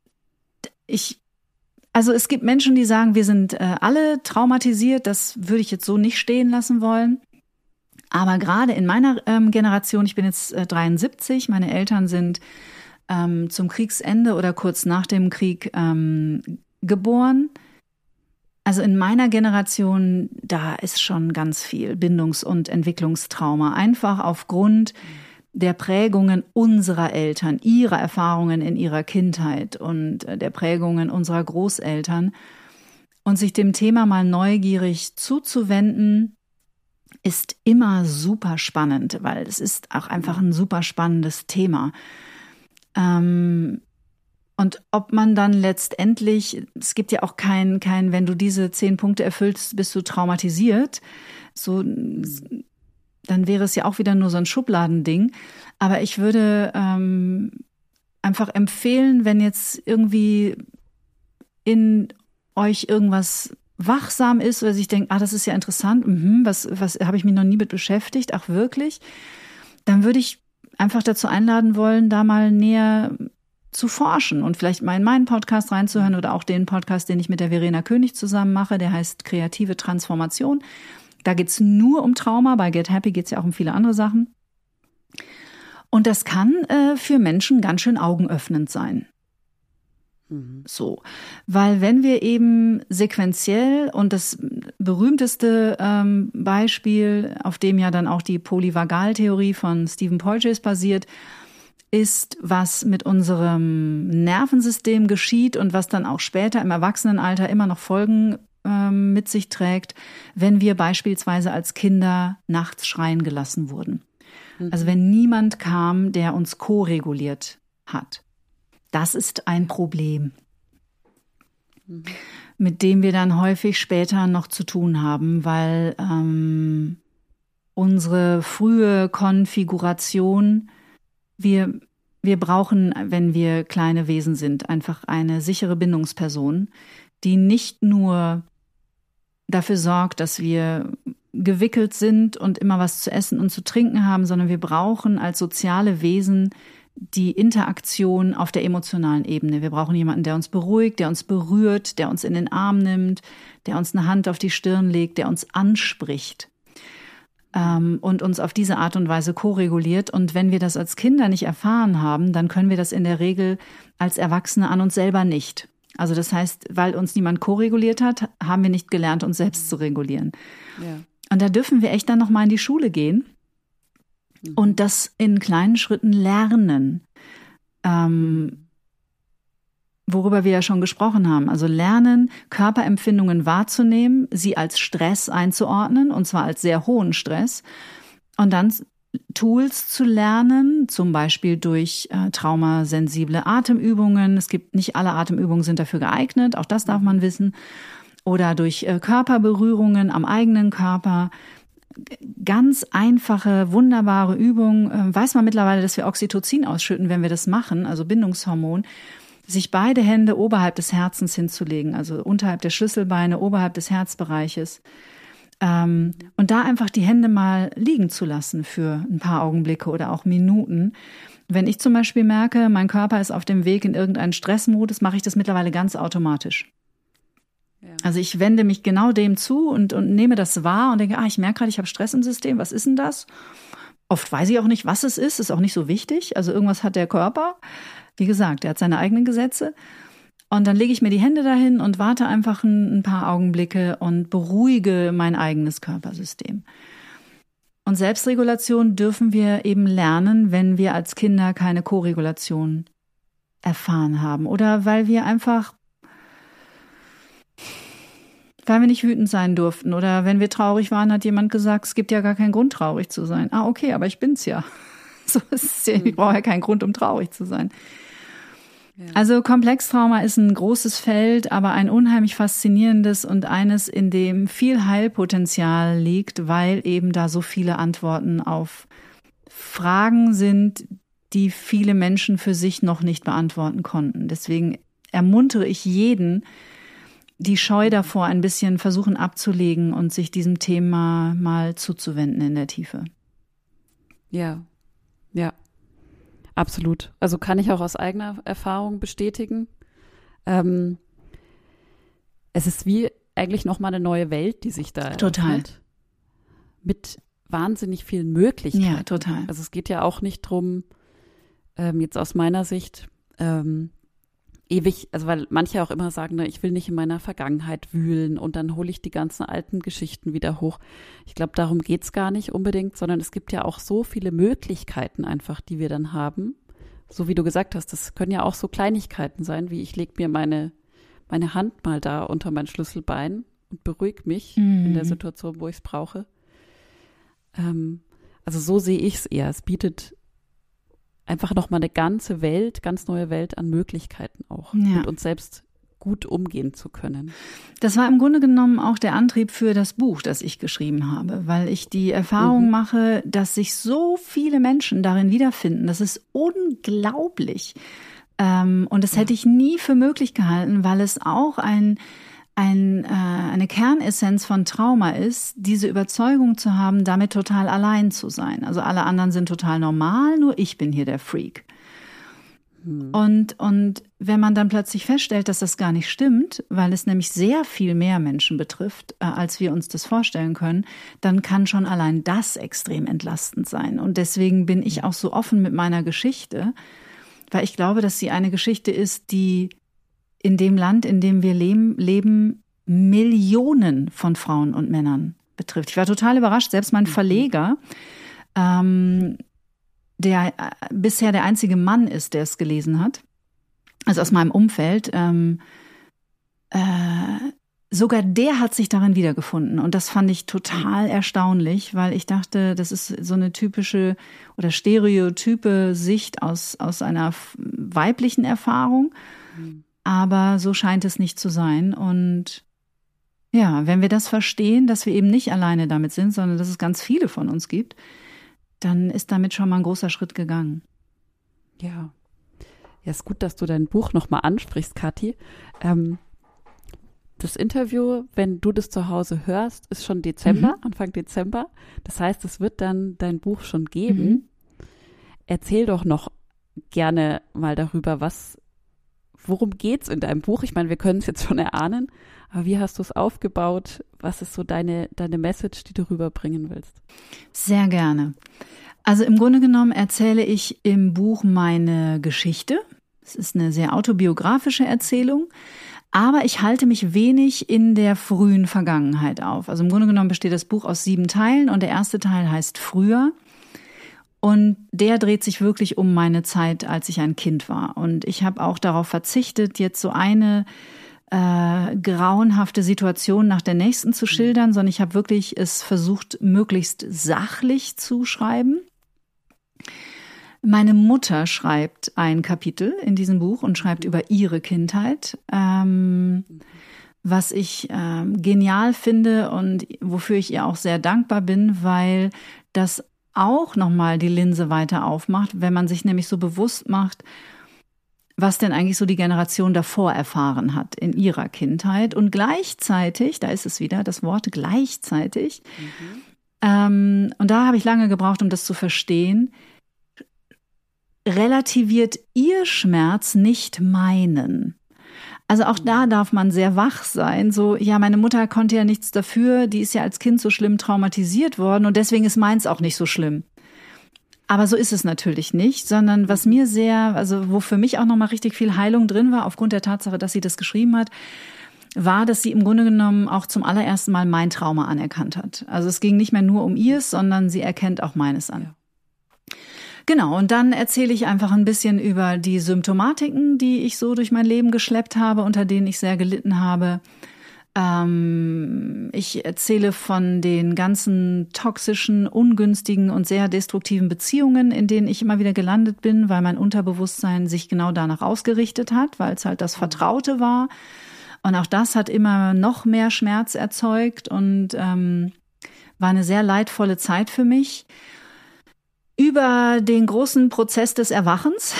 Speaker 2: es gibt Menschen, die sagen, wir sind alle traumatisiert. Das würde ich jetzt so nicht stehen lassen wollen. Aber gerade in meiner Generation, ich bin jetzt 73, meine Eltern sind zum Kriegsende oder kurz nach dem Krieg geboren. Also in meiner Generation, da ist schon ganz viel Bindungs- und Entwicklungstrauma, einfach aufgrund der Prägungen unserer Eltern, ihrer Erfahrungen in ihrer Kindheit und der Prägungen unserer Großeltern. Und sich dem Thema mal neugierig zuzuwenden, ist immer super spannend, weil es ist auch einfach ein super spannendes Thema. Und ob man dann letztendlich, es gibt ja auch kein, wenn du diese 10 Punkte erfüllst, bist du traumatisiert. So, dann wäre es ja auch wieder nur so ein Schubladending. Aber ich würde einfach empfehlen, wenn jetzt irgendwie in euch irgendwas wachsam ist oder sich denkt, das ist ja interessant, was habe ich mich noch nie mit beschäftigt, ach wirklich, dann würde ich einfach dazu einladen wollen, da mal näher zu forschen und vielleicht mal in meinen Podcast reinzuhören oder auch den Podcast, den ich mit der Verena König zusammen mache, der heißt Kreative Transformation. Da geht's nur um Trauma, bei Get Happy geht's ja auch um viele andere Sachen. Und das kann für Menschen ganz schön augenöffnend sein. So, weil wenn wir eben sequenziell und das berühmteste Beispiel, auf dem ja dann auch die Polyvagaltheorie von Stephen Porges basiert, ist, was mit unserem Nervensystem geschieht und was dann auch später im Erwachsenenalter immer noch Folgen mit sich trägt, wenn wir beispielsweise als Kinder nachts schreien gelassen wurden. Also wenn niemand kam, der uns ko-reguliert hat. Das ist ein Problem, mit dem wir dann häufig später noch zu tun haben, weil unsere frühe Konfiguration, wir brauchen, wenn wir kleine Wesen sind, einfach eine sichere Bindungsperson, die nicht nur dafür sorgt, dass wir gewickelt sind und immer was zu essen und zu trinken haben, sondern wir brauchen als soziale Wesen die Interaktion auf der emotionalen Ebene. Wir brauchen jemanden, der uns beruhigt, der uns berührt, der uns in den Arm nimmt, der uns eine Hand auf die Stirn legt, der uns anspricht. und uns auf diese Art und Weise koreguliert. Und wenn wir das als Kinder nicht erfahren haben, dann können wir das in der Regel als Erwachsene an uns selber nicht. Also das heißt, weil uns niemand koreguliert hat, haben wir nicht gelernt, uns selbst zu regulieren.
Speaker 1: Ja.
Speaker 2: Und da dürfen wir echt dann nochmal in die Schule gehen und das in kleinen Schritten lernen. Worüber wir ja schon gesprochen haben. Also lernen, Körperempfindungen wahrzunehmen, sie als Stress einzuordnen, und zwar als sehr hohen Stress. Und dann Tools zu lernen, zum Beispiel durch traumasensible Atemübungen. Es gibt nicht alle Atemübungen sind dafür geeignet, auch das darf man wissen. Oder durch Körperberührungen am eigenen Körper. Ganz einfache, wunderbare Übungen. Weiß man mittlerweile, dass wir Oxytocin ausschütten, wenn wir das machen, also Bindungshormon. Sich beide Hände oberhalb des Herzens hinzulegen, also unterhalb der Schlüsselbeine, oberhalb des Herzbereiches. Und da einfach die Hände mal liegen zu lassen für ein paar Augenblicke oder auch Minuten. Wenn ich zum Beispiel merke, mein Körper ist auf dem Weg in irgendeinen Stressmodus, mache ich das mittlerweile ganz automatisch. Ja. Also ich wende mich genau dem zu und nehme das wahr und denke, ich merke gerade, ich habe Stress im System, was ist denn das? Oft weiß ich auch nicht, was es ist auch nicht so wichtig. Also irgendwas hat der Körper. Wie gesagt, er hat seine eigenen Gesetze. Und dann lege ich mir die Hände dahin und warte einfach ein paar Augenblicke und beruhige mein eigenes Körpersystem. Und Selbstregulation dürfen wir eben lernen, wenn wir als Kinder keine Koregulation erfahren haben. Oder weil wir nicht wütend sein durften. Oder wenn wir traurig waren, hat jemand gesagt, es gibt ja gar keinen Grund, traurig zu sein. Okay, aber ich bin's ja. So ist es ja. Ich brauche ja keinen Grund, um traurig zu sein. Ja. Also Komplextrauma ist ein großes Feld, aber ein unheimlich faszinierendes und eines, in dem viel Heilpotenzial liegt, weil eben da so viele Antworten auf Fragen sind, die viele Menschen für sich noch nicht beantworten konnten. Deswegen ermuntere ich jeden, die Scheu davor ein bisschen versuchen abzulegen und sich diesem Thema mal zuzuwenden in der Tiefe.
Speaker 1: Ja, absolut. Also kann ich auch aus eigener Erfahrung bestätigen. Es ist wie eigentlich nochmal eine neue Welt, die sich da eröffnet. Mit wahnsinnig vielen Möglichkeiten.
Speaker 2: Ja, total.
Speaker 1: Also es geht ja auch nicht drum, jetzt aus meiner Sicht, ewig, also weil manche auch immer sagen, ich will nicht in meiner Vergangenheit wühlen und dann hole ich die ganzen alten Geschichten wieder hoch. Ich glaube, darum geht's gar nicht unbedingt, sondern es gibt ja auch so viele Möglichkeiten einfach, die wir dann haben. So wie du gesagt hast, das können ja auch so Kleinigkeiten sein, wie ich lege mir meine Hand mal da unter mein Schlüsselbein und beruhige mich in der Situation, wo ich es brauche. Also so sehe ich es eher. Es bietet einfach nochmal eine ganz neue Welt an Möglichkeiten auch, mit uns selbst gut umgehen zu können.
Speaker 2: Das war im Grunde genommen auch der Antrieb für das Buch, das ich geschrieben habe, weil ich die Erfahrung mache, dass sich so viele Menschen darin wiederfinden. Das ist unglaublich. Und das hätte ich nie für möglich gehalten, weil es auch eine Kernessenz von Trauma ist, diese Überzeugung zu haben, damit total allein zu sein. Also alle anderen sind total normal, nur ich bin hier der Freak. Und wenn man dann plötzlich feststellt, dass das gar nicht stimmt, weil es nämlich sehr viel mehr Menschen betrifft, als wir uns das vorstellen können, dann kann schon allein das extrem entlastend sein. Und deswegen bin ich auch so offen mit meiner Geschichte, weil ich glaube, dass sie eine Geschichte ist, die in dem Land, in dem wir leben, Millionen von Frauen und Männern betrifft. Ich war total überrascht, selbst mein Verleger, der bisher der einzige Mann ist, der es gelesen hat, also aus meinem Umfeld, sogar der hat sich darin wiedergefunden. Und das fand ich total erstaunlich, weil ich dachte, das ist so eine typische oder stereotype Sicht aus einer weiblichen Erfahrung. Aber so scheint es nicht zu sein. Und ja, wenn wir das verstehen, dass wir eben nicht alleine damit sind, sondern dass es ganz viele von uns gibt, dann ist damit schon mal ein großer Schritt gegangen.
Speaker 1: Ja. Ja, ist gut, dass du dein Buch nochmal ansprichst, Kathi. Das Interview, wenn du das zu Hause hörst, ist schon Dezember, Anfang Dezember. Das heißt, es wird dann dein Buch schon geben. Erzähl doch noch gerne mal darüber, was worum geht's in deinem Buch? Ich meine, wir können es jetzt schon erahnen, aber wie hast du es aufgebaut? Was ist so deine Message, die du rüberbringen willst?
Speaker 2: Sehr gerne. Also im Grunde genommen erzähle ich im Buch meine Geschichte. Es ist eine sehr autobiografische Erzählung, aber ich halte mich wenig in der frühen Vergangenheit auf. Also im Grunde genommen besteht das Buch aus 7 Teilen und der erste Teil heißt Früher. Und der dreht sich wirklich um meine Zeit, als ich ein Kind war. Und ich habe auch darauf verzichtet, jetzt so eine grauenhafte Situation nach der nächsten zu schildern, sondern ich habe wirklich es versucht, möglichst sachlich zu schreiben. Meine Mutter schreibt ein Kapitel in diesem Buch und schreibt über ihre Kindheit, was ich genial finde und wofür ich ihr auch sehr dankbar bin, weil das auch nochmal die Linse weiter aufmacht, wenn man sich nämlich so bewusst macht, was denn eigentlich so die Generation davor erfahren hat in ihrer Kindheit. Und gleichzeitig, da ist es wieder, das Wort gleichzeitig, und da habe ich lange gebraucht, um das zu verstehen, relativiert ihr Schmerz nicht meinen. Also auch da darf man sehr wach sein. So, ja, meine Mutter konnte ja nichts dafür, die ist ja als Kind so schlimm traumatisiert worden und deswegen ist meins auch nicht so schlimm. Aber so ist es natürlich nicht, sondern was mir wo für mich auch nochmal richtig viel Heilung drin war, aufgrund der Tatsache, dass sie das geschrieben hat, war, dass sie im Grunde genommen auch zum allerersten Mal mein Trauma anerkannt hat. Also es ging nicht mehr nur um ihrs, sondern sie erkennt auch meines an. Ja. Genau, und dann erzähle ich einfach ein bisschen über die Symptomatiken, die ich so durch mein Leben geschleppt habe, unter denen ich sehr gelitten habe. Ich erzähle von den ganzen toxischen, ungünstigen und sehr destruktiven Beziehungen, in denen ich immer wieder gelandet bin, weil mein Unterbewusstsein sich genau danach ausgerichtet hat, weil es halt das Vertraute war. Und auch das hat immer noch mehr Schmerz erzeugt und war eine sehr leidvolle Zeit für mich. Über den großen Prozess des Erwachens.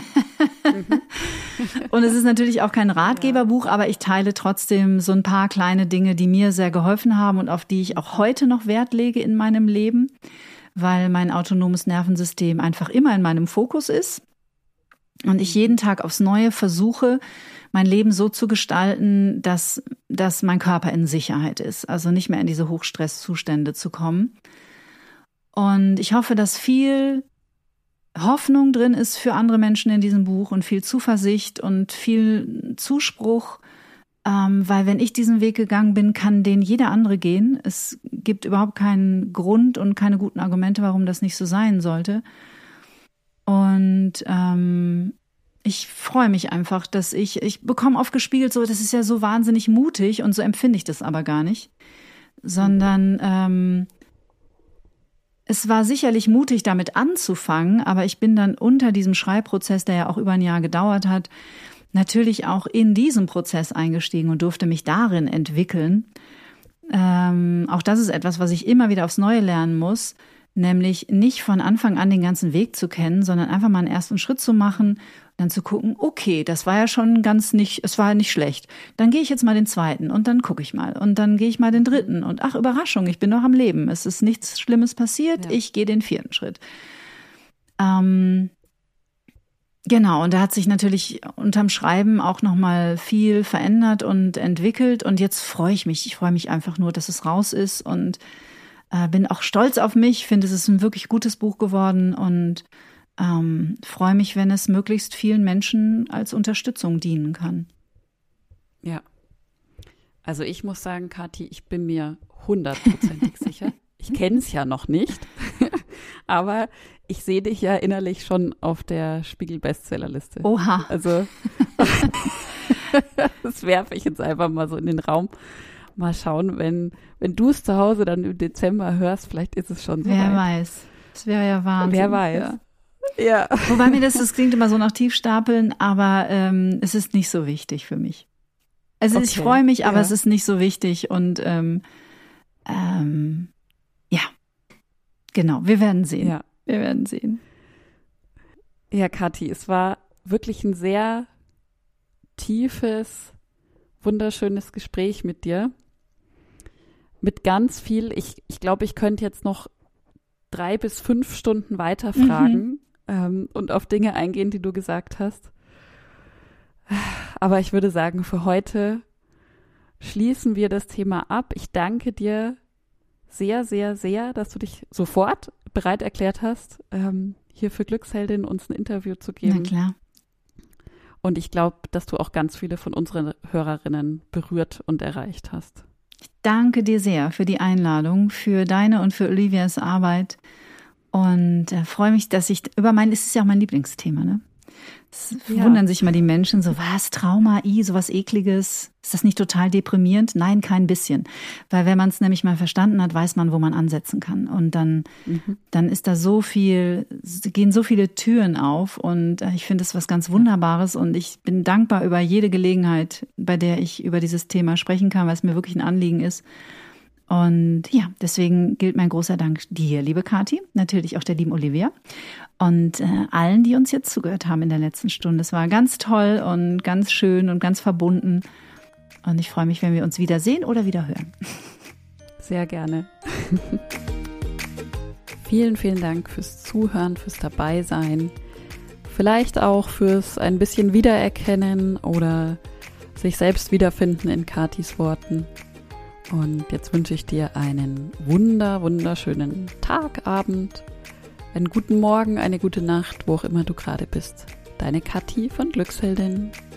Speaker 2: Und es ist natürlich auch kein Ratgeberbuch, aber ich teile trotzdem so ein paar kleine Dinge, die mir sehr geholfen haben und auf die ich auch heute noch Wert lege in meinem Leben, weil mein autonomes Nervensystem einfach immer in meinem Fokus ist und ich jeden Tag aufs Neue versuche, mein Leben so zu gestalten, dass mein Körper in Sicherheit ist, also nicht mehr in diese Hochstresszustände zu kommen. Und ich hoffe, dass viel Hoffnung drin ist für andere Menschen in diesem Buch und viel Zuversicht und viel Zuspruch, weil wenn ich diesen Weg gegangen bin, kann den jeder andere gehen. Es gibt überhaupt keinen Grund und keine guten Argumente, warum das nicht so sein sollte. Und ich freue mich einfach, dass ich bekomme oft gespiegelt, so, das ist ja so wahnsinnig mutig und so empfinde ich das aber gar nicht, sondern es war sicherlich mutig, damit anzufangen, aber ich bin dann unter diesem Schreibprozess, der ja auch über ein Jahr gedauert hat, natürlich auch in diesem Prozess eingestiegen und durfte mich darin entwickeln. Auch das ist etwas, was ich immer wieder aufs Neue lernen muss, nämlich nicht von Anfang an den ganzen Weg zu kennen, sondern einfach mal einen ersten Schritt zu machen, dann zu gucken, okay, das war ja schon es war nicht schlecht. Dann gehe ich jetzt mal den zweiten und dann gucke ich mal und dann gehe ich mal den dritten und ach, Überraschung, ich bin noch am Leben. Es ist nichts Schlimmes passiert, ja. Ich gehe den 4. Schritt. Genau, und da hat sich natürlich unterm Schreiben auch nochmal viel verändert und entwickelt und jetzt freue ich mich. Ich freue mich einfach nur, dass es raus ist und bin auch stolz auf mich, finde, es ist ein wirklich gutes Buch geworden und freue mich, wenn es möglichst vielen Menschen als Unterstützung dienen kann.
Speaker 1: Ja, also ich muss sagen, Kathi, ich bin mir 100%ig sicher. Ich kenne es ja noch nicht, aber ich sehe dich ja innerlich schon auf der Spiegel-Bestsellerliste.
Speaker 2: Oha.
Speaker 1: Also das werfe ich jetzt einfach mal so in den Raum. Mal schauen, wenn du es zu Hause dann im Dezember hörst, vielleicht ist es schon so
Speaker 2: Wer
Speaker 1: weit.
Speaker 2: weiß. Das wäre ja Wahnsinn.
Speaker 1: Wer weiß. Ja.
Speaker 2: Wobei mir das klingt immer so nach Tiefstapeln, aber es ist nicht so wichtig für mich. Also okay. Ich freue mich, aber es ist nicht so wichtig und ja, genau, wir werden sehen.
Speaker 1: Ja.
Speaker 2: Wir werden sehen.
Speaker 1: Ja, Kathi, es war wirklich ein sehr tiefes, wunderschönes Gespräch mit dir. Mit ganz viel, ich glaube, ich könnte jetzt noch 3 bis 5 Stunden weiter fragen und auf Dinge eingehen, die du gesagt hast. Aber ich würde sagen, für heute schließen wir das Thema ab. Ich danke dir sehr, sehr, sehr, dass du dich sofort bereit erklärt hast, hier für Glücksheldin uns ein Interview zu geben.
Speaker 2: Na klar.
Speaker 1: Und ich glaube, dass du auch ganz viele von unseren Hörerinnen berührt und erreicht hast.
Speaker 2: Ich danke dir sehr für die Einladung, für deine und für Olivias Arbeit und freue mich, dass es ist ja auch mein Lieblingsthema, ne? Es wundern sich immer die Menschen so, was, Trauma, sowas Ekliges, ist das nicht total deprimierend? Nein, kein bisschen, weil wenn man es nämlich mal verstanden hat, weiß man, wo man ansetzen kann und dann ist da gehen so viele Türen auf und ich finde es was ganz Wunderbares und ich bin dankbar über jede Gelegenheit, bei der ich über dieses Thema sprechen kann, weil es mir wirklich ein Anliegen ist. Und ja, deswegen gilt mein großer Dank dir, liebe Kathi, natürlich auch der lieben Olivia und allen, die uns jetzt zugehört haben in der letzten Stunde. Es war ganz toll und ganz schön und ganz verbunden. Und ich freue mich, wenn wir uns wiedersehen oder wieder hören.
Speaker 1: Sehr gerne. Vielen, vielen Dank fürs Zuhören, fürs Dabeisein. Vielleicht auch fürs ein bisschen Wiedererkennen oder sich selbst wiederfinden in Kathis Worten. Und jetzt wünsche ich dir einen wunderschönen Tag, Abend, einen guten Morgen, eine gute Nacht, wo auch immer du gerade bist. Deine Kathi von Glücksheldin.